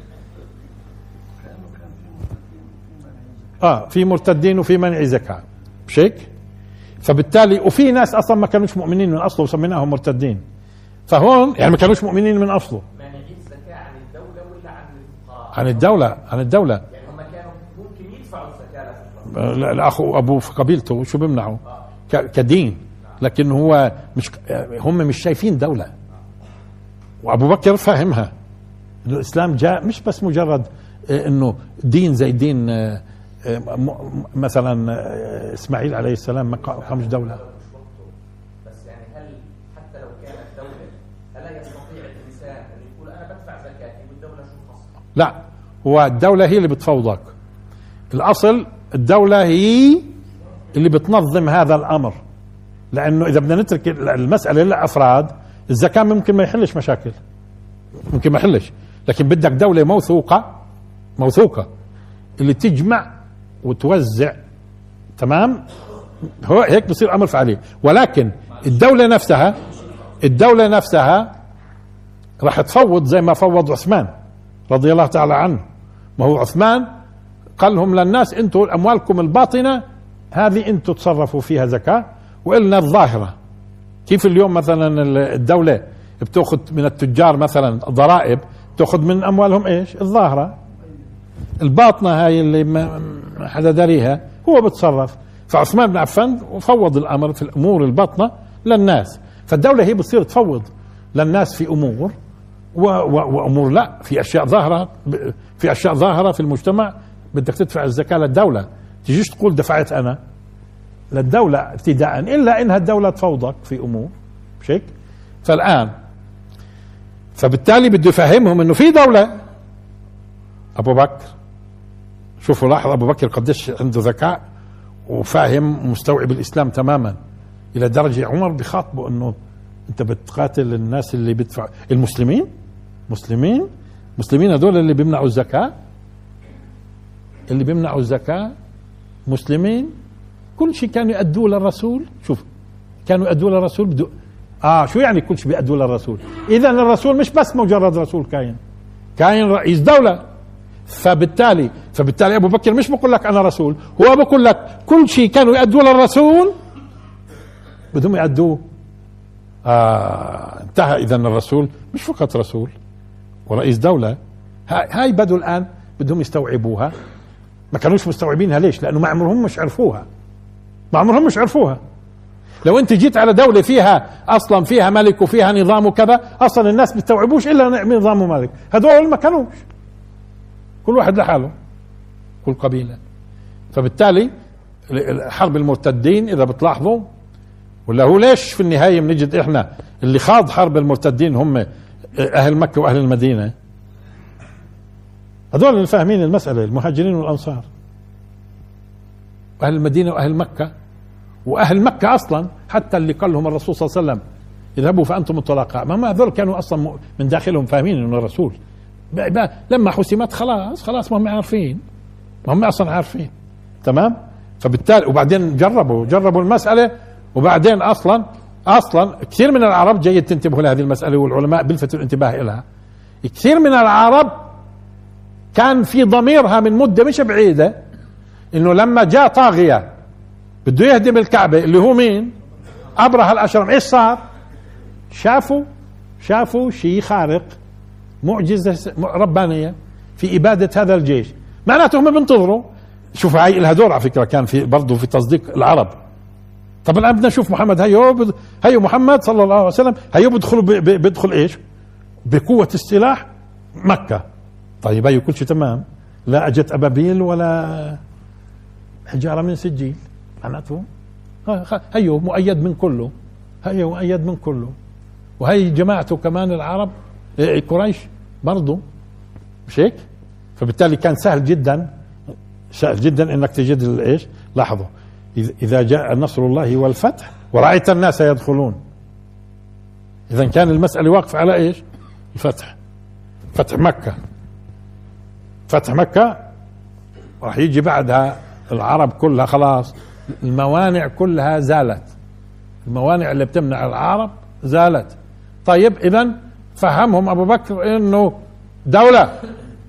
اه في مرتدين وفي منع زكاة، مش هيك؟ فبالتالي وفي ناس اصلا ما كانوش مؤمنين من اصله وسميناهم مرتدين. فهون يعني ما كانوش مؤمنين من اصله. مانعين الزكاة عن الدولة ولا عن الفقراء؟ عن الدولة، عن الدولة. يعني هم كانوا ممكن يدفعوا الزكاة. لا الاخ ابوه في قبيلته شو بيمنعوا؟ كدين، لكن هو مش، هم مش شايفين دولة. وابو بكر فاهمها، الاسلام جاء مش بس مجرد انه دين زي دين مثلا اسماعيل عليه السلام ما قامش دولة. بس يعني هل حتى لو كانت دولة الا يستطيع الانسان ان يقول انا بدفع زكاتي والدولة شو خاصة؟ لا، هو الدولة هي اللي بتفوضك. الاصل الدولة هي اللي بتنظم هذا الامر، لانه اذا بدنا نترك المسألة للافراد، الزكاة ممكن ما يحلش مشاكل، ممكن ما يحلش، لكن بدك دولة موثوقة موثوقة اللي تجمع وتوزع. تمام؟ هو هيك بصير امر فعلي. ولكن الدولة نفسها الدولة نفسها راح تفوض زي ما فوض عثمان رضي الله تعالى عنه. ما هو عثمان قال لهم للناس انتم اموالكم الباطنة هذه انتم تصرفوا فيها زكاة، وإلنا الظاهرة. كيف اليوم مثلا الدولة بتاخذ من التجار مثلا ضرائب، تاخذ من اموالهم ايش؟ الظاهرة. الباطنة هاي اللي ما حدا داريها هو بتصرف. فعثمان بن عفان فوض الامر في الامور الباطنة للناس. فالدولة هي بتصير تفوض للناس في امور و و وامور لا، في اشياء ظاهرة، في اشياء ظاهرة في المجتمع بدك تدفع الزكاة للدولة. تجيش تقول دفعت انا للدولة ابتداء، الا انها الدولة تفوضك في امور، مش هيك؟ فالان فبالتالي بده يفهمهم انه في دولة. ابو بكر شوفوا لاحظ ابو بكر قديش عنده ذكاء وفاهم ومستوعب الاسلام تماما، الى درجة عمر بخاطبه انه انت بتقاتل الناس اللي بيدفع المسلمين مسلمين مسلمين هذول اللي بيمنعوا الزكاة، اللي بيمنعوا الزكاة مسلمين، كل شيء كانوا يأدوه للرسول. شوف كانوا يأدوه للرسول بدو اه شو يعني كل شيء بيأدوه للرسول؟ اذا الرسول مش بس مجرد رسول، كاين كاين رئيس دولة. فبالتالي فبالتالي ابو بكر مش بقول لك انا رسول، هو بقول لك كل شيء كانوا يأدوه للرسول بدهم يأدوه. آه انتهى. اذا الرسول مش فقط رسول ورئيس دولة. هاي, هاي بدوا الان بدهم يستوعبوها، ما كانوش مستوعبينها. ليش؟ لانه ما عمرهم مش عرفوها، ما عمرهم مش عرفوها. لو انت جيت على دولة فيها اصلا فيها ملك وفيها نظام وكذا، اصلا الناس بيستوعبوش الا نظام وملك. هذول ما كانوش، كل واحد لحاله، كل قبيلة. فبالتالي حرب المرتدين اذا بتلاحظوا، ولا هو ليش في النهاية بنجد احنا اللي خاض حرب المرتدين هم اهل مكة واهل المدينة، هذول اللي فاهمين المسألة، المهاجرين والانصار. واهل المدينه واهل مكه، واهل مكه اصلا حتى اللي قال لهم الرسول صلى الله عليه وسلم اذهبوا فانتم الطلقاء، ما هذول كانوا اصلا من داخلهم فاهمين انه الرسول. لما حسمت خلاص خلاص ما هم عارفين، ما هم اصلا عارفين. تمام. فبالتالي وبعدين جربوا جربوا المساله، وبعدين اصلا اصلا كثير من العرب، جيد تنتبهوا لهذه المساله والعلماء بلفتوا الانتباه لها، كثير من العرب كان في ضميرها من مده مش بعيده انه لما جاء طاغيه بده يهدم الكعبه اللي هو مين؟ ابرهة الاشرم، ايش صار؟ شافوا شافوا شيء خارق، معجزه ربانيه في اباده هذا الجيش، معناته هم بينتظروا. شوف هاي لها دور على فكره، كان في برضه في تصديق العرب. طب الان بدنا نشوف محمد، هيو هيو محمد صلى الله عليه وسلم هيو بدخلوا بيدخل ايش؟ بقوه السلاح مكه. طيب هيو كل شيء تمام، لا اجت ابابيل ولا حجاره من سجيل، معناته هيو مؤيد من كله، هيو مؤيد من كله. وهي جماعته كمان العرب قريش برضه، مش هيك؟ فبالتالي كان سهل جدا سهل جدا انك تجد ايش؟ لاحظوا اذا جاء نصر الله والفتح ورأيت الناس يدخلون، اذا كان المسألة واقفة على ايش؟ الفتح، فتح مكة. فتح مكة راح يجي بعدها العرب كلها خلاص، الموانع كلها زالت، الموانع اللي بتمنع العرب زالت. طيب اذا فهمهم ابو بكر انه دولة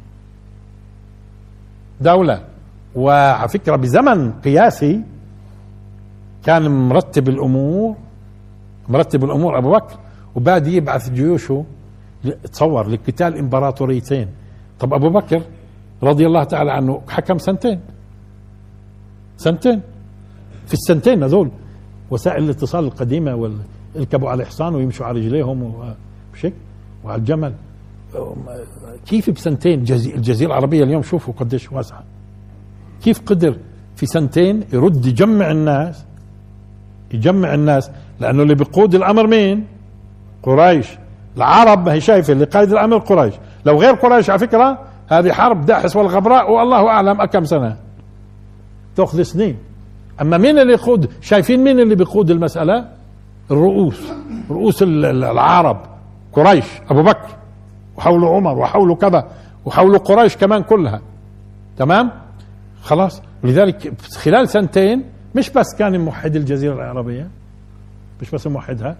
دولة وعلى فكرة بزمن قياسي كان مرتب الامور مرتب الامور ابو بكر، وبادي يبعث جيوشه تصور لقتال امبراطوريتين. طب ابو بكر رضي الله تعالى عنه حكم سنتين سنتين في السنتين هذول وسائل الاتصال القديمة والركبوا على الحصان ويمشوا على رجليهم وبشك وعلى الجمل، كيف بسنتين الجزيرة العربية اليوم شوفوا قديش واسعة، كيف قدر في سنتين يرد يجمع الناس يجمع الناس لأنه اللي بيقود الأمر مين؟ قريش. العرب ما هي شايفة اللي قائد الأمر قريش، لو غير قريش على فكرة هذه حرب داحس والغبراء والله أعلم أكم سنة تأخذ سنين. أما مين اللي يقود؟ شايفين مين اللي بيقود المسألة؟ الرؤوس، رؤوس العرب قريش، أبو بكر وحوله عمر وحوله كذا وحوله قريش كمان كلها. تمام؟ خلاص. ولذلك خلال سنتين مش بس كان موحد الجزيرة العربية، مش بس موحدها،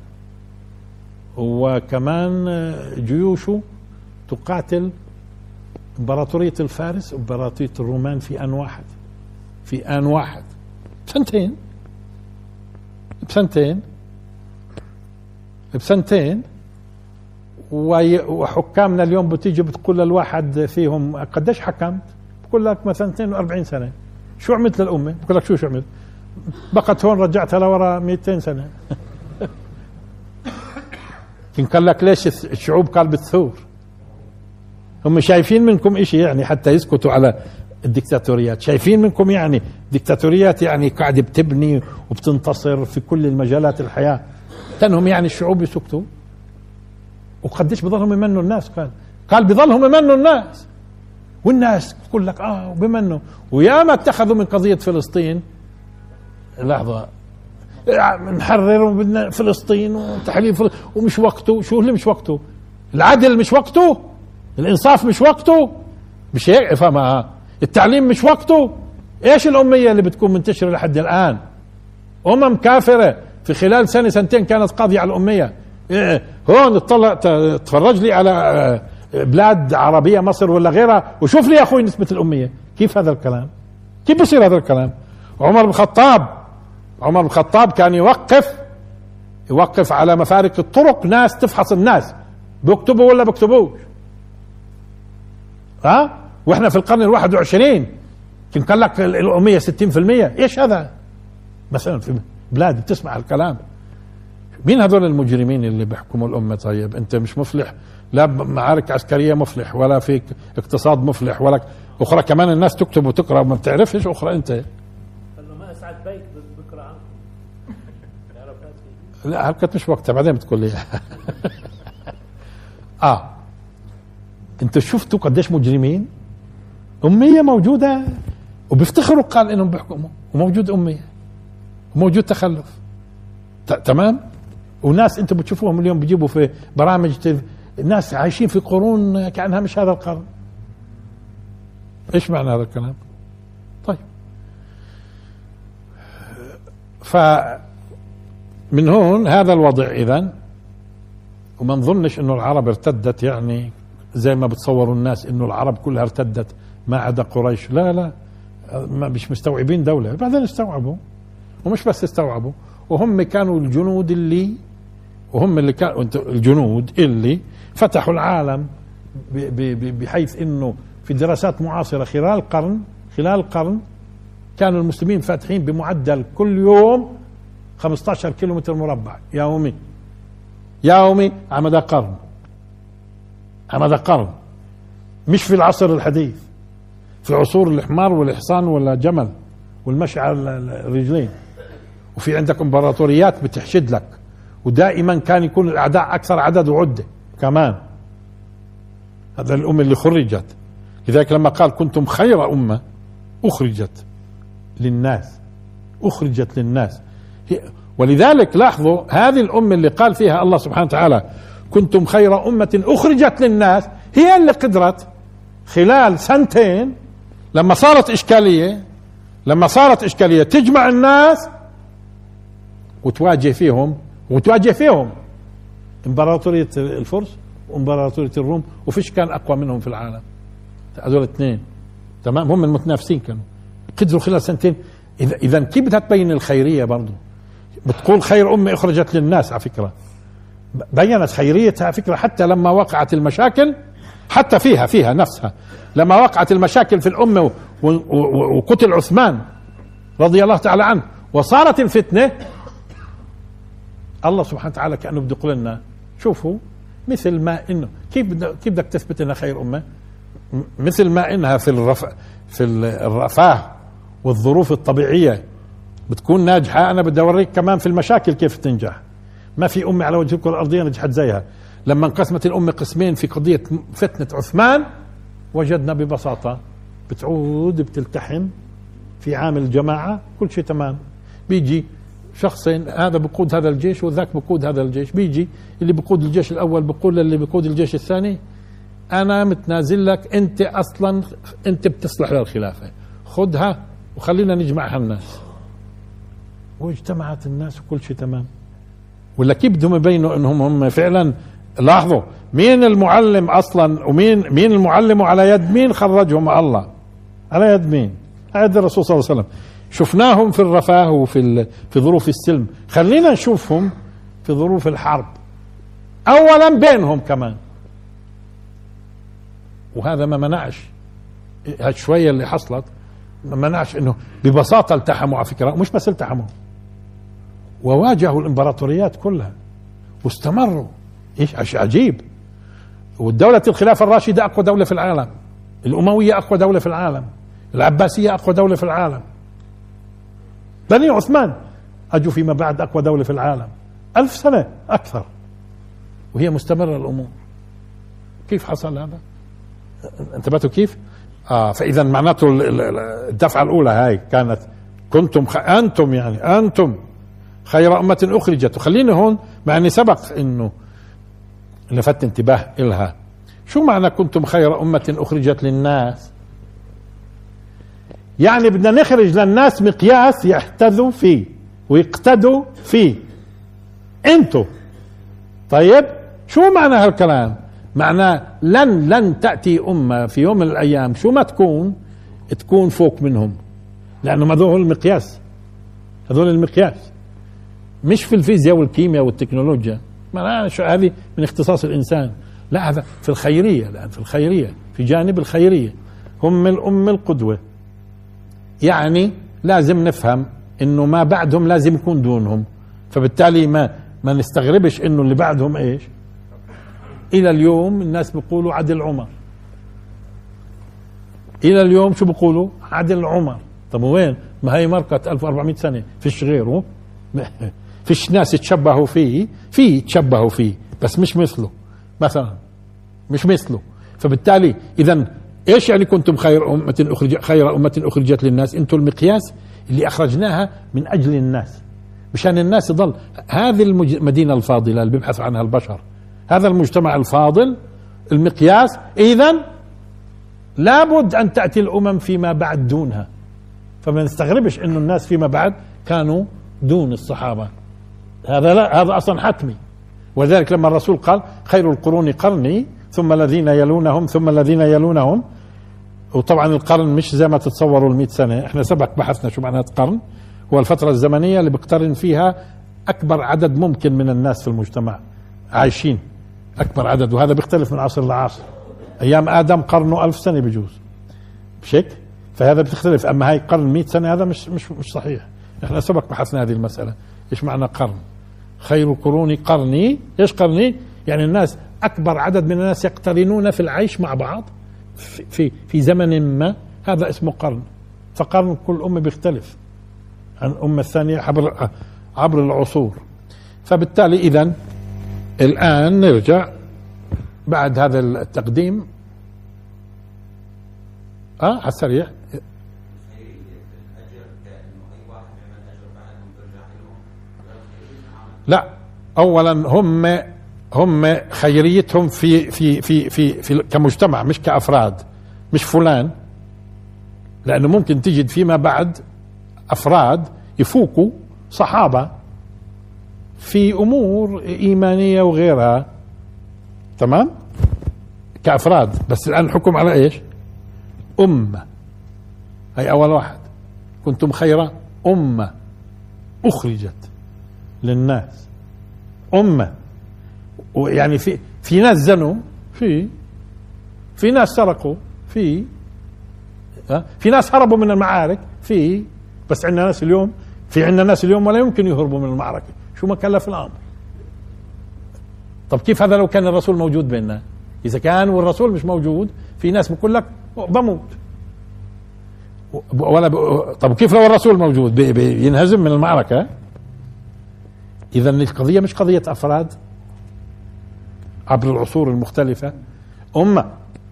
وكمان جيوشه تقاتل امبراطورية الفارس وامبراطورية الرومان في آن واحد في آن واحد بسنتين بسنتين بسنتين وحكامنا اليوم بتيجي بتقول للواحد فيهم قديش حكمت؟ بقول لك مثلا اثنين وأربعين سنة. شو عملت للأمة؟ بقول لك شو شو عملت؟ بقت هون رجعتها لورا مئتين سنة. كان قال لك ليش الشعوب قال بتثور؟ هم شايفين منكم اشي يعني حتى يسكتوا على الدكتاتوريات، شايفين منكم يعني دكتاتوريات يعني قاعدة بتبني وبتنتصر في كل المجالات الحياة، تنهم يعني الشعوب يسكتوا؟ وقديش بضلهم يمنوا الناس؟ قال قال بضلهم يمنوا الناس، والناس تقول لك اه وبمنوا. وياما اتخذوا من قضية فلسطين، لحظة نحرر وبدنا فلسطين وتحرير فلسطين ومش وقته. شو اللي مش وقته؟ العدل مش وقته؟ الانصاف مش وقته؟ مش هيك فما التعليم مش وقته؟ ايش الأمية اللي بتكون منتشرة لحد الآن؟ أمم كافرة في خلال سنة سنتين كانت قاضية على الأمية. إيه هون تطلع تفرج لي على بلاد عربية مصر ولا غيرها وشوف لي يا أخوي نسبة الأمية. كيف هذا الكلام؟ كيف بصير هذا الكلام؟ عمر بن الخطاب عمر بن الخطاب كان يوقف يوقف على مفارق الطرق ناس تفحص الناس بيكتبوا ولا بيكتبوش. ها؟ واحنا في القرن الواحد وعشرين كان قال لك الأمية ستين في المية. ايش هذا؟ مثلا في بلاد بتسمع الكلام. مين هذول المجرمين اللي بيحكموا الأمة؟ طيب أنت مش مفلح لا بمعارك عسكرية مفلح ولا في اقتصاد مفلح ولا أخرى كمان الناس تكتب وتقرأ وما بتعرفش أخرى. أنت قال له ما أسعد بيك بكرة عنكم. لا هلكت مش وقتها بعدين بتقول لي. آه أنت شفتوا قديش مجرمين؟ أمية موجودة وبيفتخروا قال انهم بيحكموا وموجود اميه وموجود تخلف. تمام. وناس انتم بتشوفوهم اليوم بيجيبوا في برامج تلف... الناس عايشين في قرون كأنها مش هذا القرن. ايش معنى هذا الكلام؟ طيب، فمن هون هذا الوضع اذا. وما نظنش انه العرب ارتدت يعني زي ما بتصوروا الناس انه العرب كلها ارتدت ما عدا قريش. لا لا، ما مش مستوعبين دولة. بعدين استوعبوا، ومش بس استوعبوا، وهم كانوا الجنود اللي وهم اللي كانوا الجنود اللي فتحوا العالم بحيث انه في دراسات معاصرة خلال قرن خلال قرن كانوا المسلمين فاتحين بمعدل كل يوم خمسة عشر كيلومتر مربع يومي يومي على مدى قرن على مدى قرن. مش في العصر الحديث، في عصور الحمار والحصان ولا جمل والمشي على الرجلين. وفي عندك امبراطوريات بتحشد لك، ودائما كان يكون الاعداء اكثر عدد وعده كمان. هذا الامه اللي خرجت. لذلك لما قال كنتم خير امه اخرجت للناس اخرجت للناس ولذلك لاحظوا هذه الامه اللي قال فيها الله سبحانه وتعالى كنتم خير امه اخرجت للناس، هي اللي قدرت خلال سنتين لما صارت اشكاليه لما صارت اشكاليه تجمع الناس وتواجه فيهم وتواجه فيهم امبراطوريه الفرس وامبراطوريه الروم، وفيش كان اقوى منهم في العالم. هذول الاثنين تمام هم المتنافسين كانوا قدروا خلال سنتين. اذا اذا كيف بدها تبين الخيريه؟ برضه بتقول خير امه اخرجت للناس، على فكره بينت خيريتها على فكره حتى لما وقعت المشاكل، حتى فيها فيها نفسها لما وقعت المشاكل في الامه وقتل عثمان رضي الله تعالى عنه وصارت الفتنه. الله سبحانه وتعالى كأنه بده يقول لنا شوفوا مثل ما انه كيف بدك كيف بدك تثبت انها خير امه؟ مثل ما انها في الرف في الرفاه والظروف الطبيعيه بتكون ناجحه، انا بدي اوريك كمان في المشاكل كيف تنجح. ما في امه على وجه الكره الارضيه نجحت زيها. لما انقسمت الامه قسمين في قضيه فتنه عثمان وجدنا ببساطه بتعود بتلتحم في عامل الجماعه، كل شيء تمام. بيجي شخصين، هذا بقود هذا الجيش وذاك بقود هذا الجيش، بيجي اللي بقود الجيش الاول بقول للي بقود الجيش الثاني انا متنازل لك، انت اصلا انت بتصلح للخلافه، خذها وخلينا نجمعها الناس. واجتمعت الناس وكل شيء تمام. ولا كيف بدهم يبينوا انهم هم فعلا؟ لاحظوا مين المعلم اصلا ومين مين المعلم وعلى يد مين خرجهم الله؟ على يد مين؟ على يد الرسول صلى الله عليه وسلم. شفناهم في الرفاه وفي في ظروف السلم، خلينا نشوفهم في ظروف الحرب اولا بينهم كمان. وهذا ما منعش هالشويه اللي حصلت، ما منعش انه ببساطه التحموا على فكره، مش بس التحموا وواجهوا الامبراطوريات كلها واستمروا. ايش عجيب. والدولة الخلافة الراشدة اقوى دولة في العالم، الاموية اقوى دولة في العالم، العباسية اقوى دولة في العالم، بني عثمان اجوا فيما بعد اقوى دولة في العالم، ألف سنة اكثر وهي مستمرة الامور. كيف حصل هذا؟ انتبهتوا كيف؟ آه فاذا معناته الدفعة الاولى هاي كانت كنتم خ... انتم يعني انتم خير أمة أخرجت. وخليني هون مع أني سبق أنه لفت انتباه إلها. شو معنى كنتم خير أمة أخرجت للناس؟ يعني بدنا نخرج للناس مقياس يحتذوا فيه ويقتدوا فيه. أنتم طيب شو معنى هالكلام؟ معناه لن لن تأتي أمة في يوم من الأيام شو ما تكون تكون فوق منهم، لأنهم هذول المقياس، هذول المقياس مش في الفيزياء والكيمياء والتكنولوجيا، ما شو هذه من اختصاص الإنسان، لا هذا في الخيرية، لأن في الخيرية في جانب الخيرية هم الأم القدوة. يعني لازم نفهم إنه ما بعدهم لازم يكون دونهم، فبالتالي ما ما نستغربش إنه اللي بعدهم إيش. إلى اليوم الناس بيقولوا عدل عمر، إلى اليوم شو بيقولوا؟ عدل عمر. طب وين؟ ما هي ماركة ألف وأربعمائة سنة، فيش غيره، فيش ناس يتشبهوا فيه، في يتشبهوا فيه بس مش مثله، مثلا مش مثله. فبالتالي إذا ايش يعني كنتم خير أمة أخرج خير أمة أخرجت للناس؟ انتم المقياس اللي أخرجناها من أجل الناس، مشان الناس يضل هذه المدينة الفاضلة اللي بيبحث عنها البشر، هذا المجتمع الفاضل المقياس. إذن لابد أن تأتي الأمم فيما بعد دونها، فما نستغربش إنه الناس فيما بعد كانوا دون الصحابة، هذا لا، هذا أصلا حتمي. وذلك لما الرسول قال خير القرون قرني ثم الذين يلونهم ثم الذين يلونهم، وطبعا القرن مش زي ما تتصوروا المئة سنة، احنا سبق بحثنا شو معنى قرن، هو الفترة الزمنية اللي بيقترن فيها أكبر عدد ممكن من الناس في المجتمع عايشين، أكبر عدد، وهذا بيختلف من عصر لعصر. أيام آدم قرنه ألف سنة بجوز بشك، فهذا بتختلف. أما هاي قرن مئة سنة هذا مش مش مش صحيح، احنا سبق بحثنا هذه المسألة إيش معنى قرن. خير قروني قرني، إيش قرني؟ يعني الناس أكبر عدد من الناس يقترنون في العيش مع بعض في في, في زمن ما، هذا اسمه قرن. فقرن كل أمة بيختلف عن أمة الثانية عبر عبر العصور. فبالتالي إذن الآن نرجع بعد هذا التقديم اه على السريع. لا، اولا هم هم خيريتهم في في في في, في كمجتمع، مش كافراد، مش فلان، لانه ممكن تجد فيما بعد افراد يفوقوا صحابه في امور ايمانيه وغيرها، تمام، كافراد. بس الان الحكم على ايش؟ امه. هي اول واحد، كنتم خير امه اخرجت للناس، امه. ويعني في في ناس زنوا، في في ناس سرقوا، في في ناس هربوا من المعارك، في بس عندنا ناس اليوم في عندنا ناس اليوم ولا يمكن يهربوا من المعركه، شو ما كلف الامر. طب كيف هذا لو كان الرسول موجود بيننا؟ اذا كان والرسول مش موجود، في ناس بقول لك بموت ولا ب... طب كيف لو الرسول موجود؟ بي... بينهزم من المعركه. اذا القضيه مش قضيه افراد عبر العصور المختلفه، امه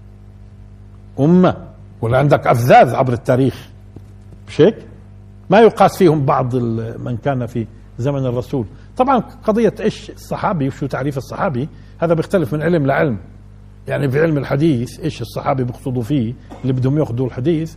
امه ولا عندك افذاذ عبر التاريخ، مش هيك؟ ما يقاس فيهم بعض من كان في زمن الرسول. طبعا قضيه ايش الصحابي وشو تعريف الصحابي هذا بيختلف من علم لعلم. يعني في علم الحديث ايش الصحابي بيقصدوا فيه اللي بدهم ياخذوا الحديث.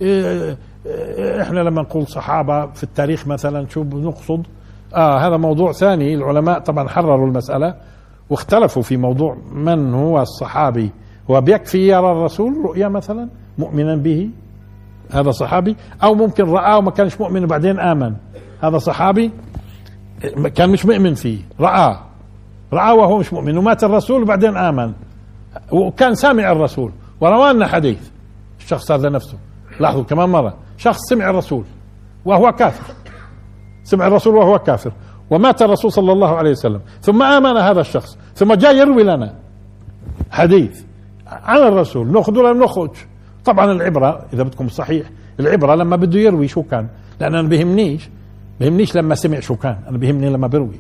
احنا لما نقول صحابه في التاريخ مثلا شو بنقصد؟ اه هذا موضوع ثاني. العلماء طبعا حرروا المساله واختلفوا في موضوع من هو الصحابي. هو بيكفي يرى الرسول رؤيا مثلا مؤمنا به، هذا صحابي، او ممكن رآه وما كانش مؤمن وبعدين آمن، هذا صحابي. كان مش مؤمن فيه، رآه رآه وهو مش مؤمن ومات الرسول وبعدين آمن، وكان سامع الرسول وروانا حديث. الشخص هذا نفسه، لاحظوا كمان مرة، شخص سمع الرسول وهو كافر، سمع الرسول وهو كافر ومات الرسول صلى الله عليه وسلم، ثم آمن هذا الشخص، ثم جاء يروي لنا حديث عن الرسول، نأخذ ولا نأخذ؟ طبعا العبرة إذا بدكم صحيح، العبرة لما بده يروي شو كان، لأن أنا بهمنيش بهمنيش لما سمع شو كان، أنا بهمني لما بروي،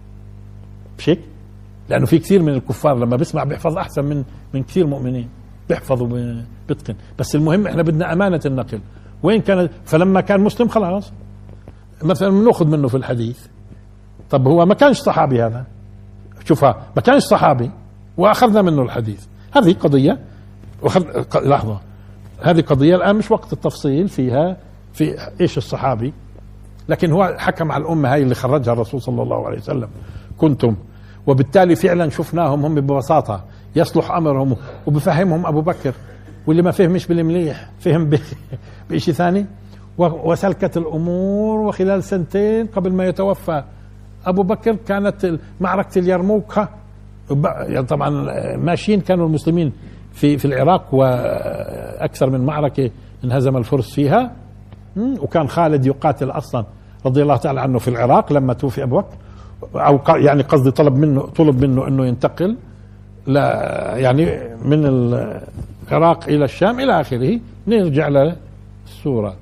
مش هيك؟ لأنه في كثير من الكفار لما بيسمع بيحفظ أحسن من من كثير مؤمنين، بيحفظوا بيتقن. بس المهم إحنا بدنا أمانة النقل، وين كان؟ فلما كان مسلم خلاص مثلا بنأخذ منه في الحديث. طب هو ما كانش صحابي هذا، شوفها، ما كانش صحابي وأخذنا منه الحديث، هذه قضية. وخذ لحظة، هذه قضية الآن مش وقت التفصيل فيها في إيش الصحابي، لكن هو حكم على الأمة هاي اللي خرجها الرسول صلى الله عليه وسلم، كنتم. وبالتالي فعلا شفناهم هم ببساطة يصلح أمرهم وبفهمهم أبو بكر، واللي ما فهمش بالمليح فهم بشيء ثاني، وسلكت الأمور. وخلال سنتين قبل ما يتوفى أبو بكر كانت معركة اليرموك، يعني طبعا ماشيين كانوا المسلمين في في العراق، وأكثر من معركة انهزم الفرس فيها، وكان خالد يقاتل أصلا رضي الله تعالى عنه في العراق لما توفي أبو بكر، أو يعني قصدي طلب منه طلب منه أنه ينتقل لا يعني من العراق إلى الشام إلى آخره. نرجع للسورة.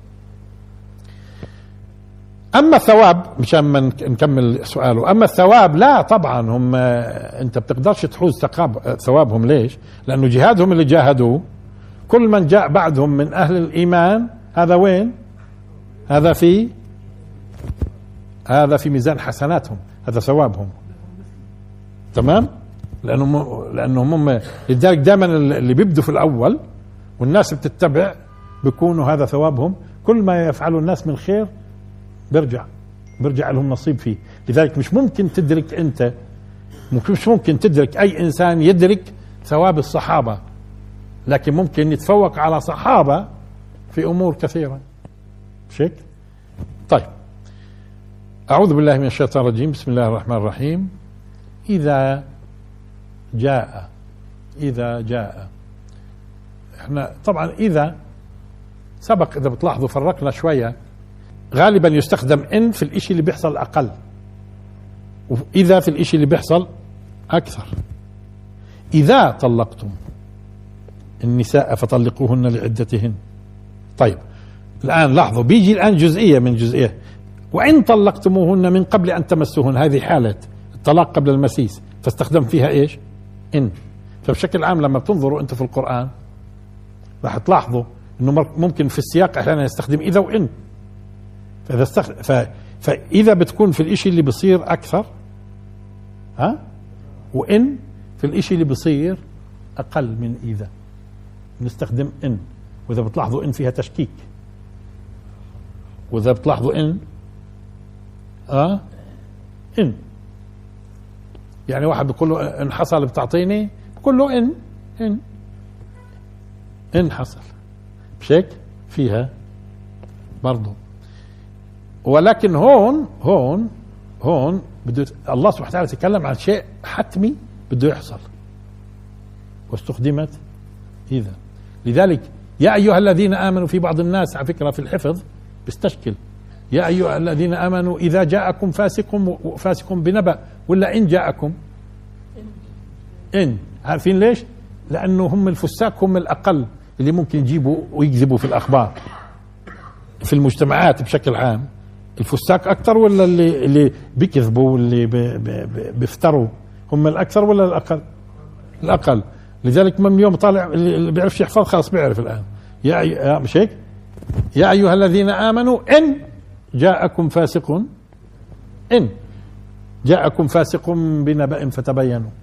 أما الثواب، مشان ما نكمل سؤاله، أما الثواب لا طبعا هم أنت بتقدرش تحوز ثوابهم. ليش؟ لأنه جهادهم اللي جاهدوه كل من جاء بعدهم من أهل الإيمان هذا وين؟ هذا في هذا في ميزان حسناتهم، هذا ثوابهم. تمام؟ لأنهم لأنهم هم لذلك دائما اللي بيبدوا في الأول والناس بتتبع بيكونوا هذا ثوابهم. كل ما يفعله الناس من خير بيرجع بيرجع لهم نصيب فيه. لذلك مش ممكن تدرك أنت مش ممكن تدرك أي إنسان يدرك ثواب الصحابة، لكن ممكن يتفوق على صحابة في أمور كثيرة. مش هيك؟ طيب، أعوذ بالله من الشيطان الرجيم. بسم الله الرحمن الرحيم. إذا جاء إذا جاء احنا طبعا إذا سبق، إذا بتلاحظوا فرقنا شوية، غالبا يستخدم إن في الإشي اللي بيحصل أقل، وإذا في الإشي اللي بيحصل أكثر. إذا طلقتم النساء فطلقوهن لعدتهن. طيب الآن لاحظوا بيجي الآن جزئية من جزئية، وإن طلقتموهن من قبل أن تمسوهن، هذه حالة الطلاق قبل المسيس، فاستخدم فيها إيش؟ إن. فبشكل عام لما بتنظروا أنتم في القرآن راح تلاحظوا إنه ممكن في السياق أحيانا يستخدم إذا وإن. فإذا استخدم ف... فإذا بتكون في الإشي اللي بصير أكثر، ها، وإن في الإشي اللي بصير أقل من إذا نستخدم إن. وإذا بتلاحظوا إن فيها تشكيك، وإذا بتلاحظوا إن آه إن يعني واحد بيقول له إن حصل بتعطيني، بقول له إن إن إن حصل. مش هيك؟ فيها برضو. ولكن هون هون هون بده الله سبحانه وتعالى يتكلم عن شيء حتمي بده يحصل، واستخدمت إذا. لذلك يا أيها الذين آمنوا، في بعض الناس على فكرة في الحفظ بيستشكل يا أيها الذين آمنوا إذا جاءكم فاسق فاسق بنبأ، ولا إن جاءكم إن. عارفين ليش؟ لأنه هم الفساق هم الأقل اللي ممكن يجيبوا ويكذبوا في الأخبار في المجتمعات بشكل عام. الفساق أكثر ولا اللي اللي بيكذبوا واللي بيفتروا هم الأكثر ولا الأقل؟ الأقل. لذلك من اليوم طالع اللي بيعرفش يحفظ خلاص بيعرف الآن. يا مش هيك؟ يا أيها الذين آمنوا إن جاءكم فاسق إن جاءكم فاسق بنبأ فتبينوا.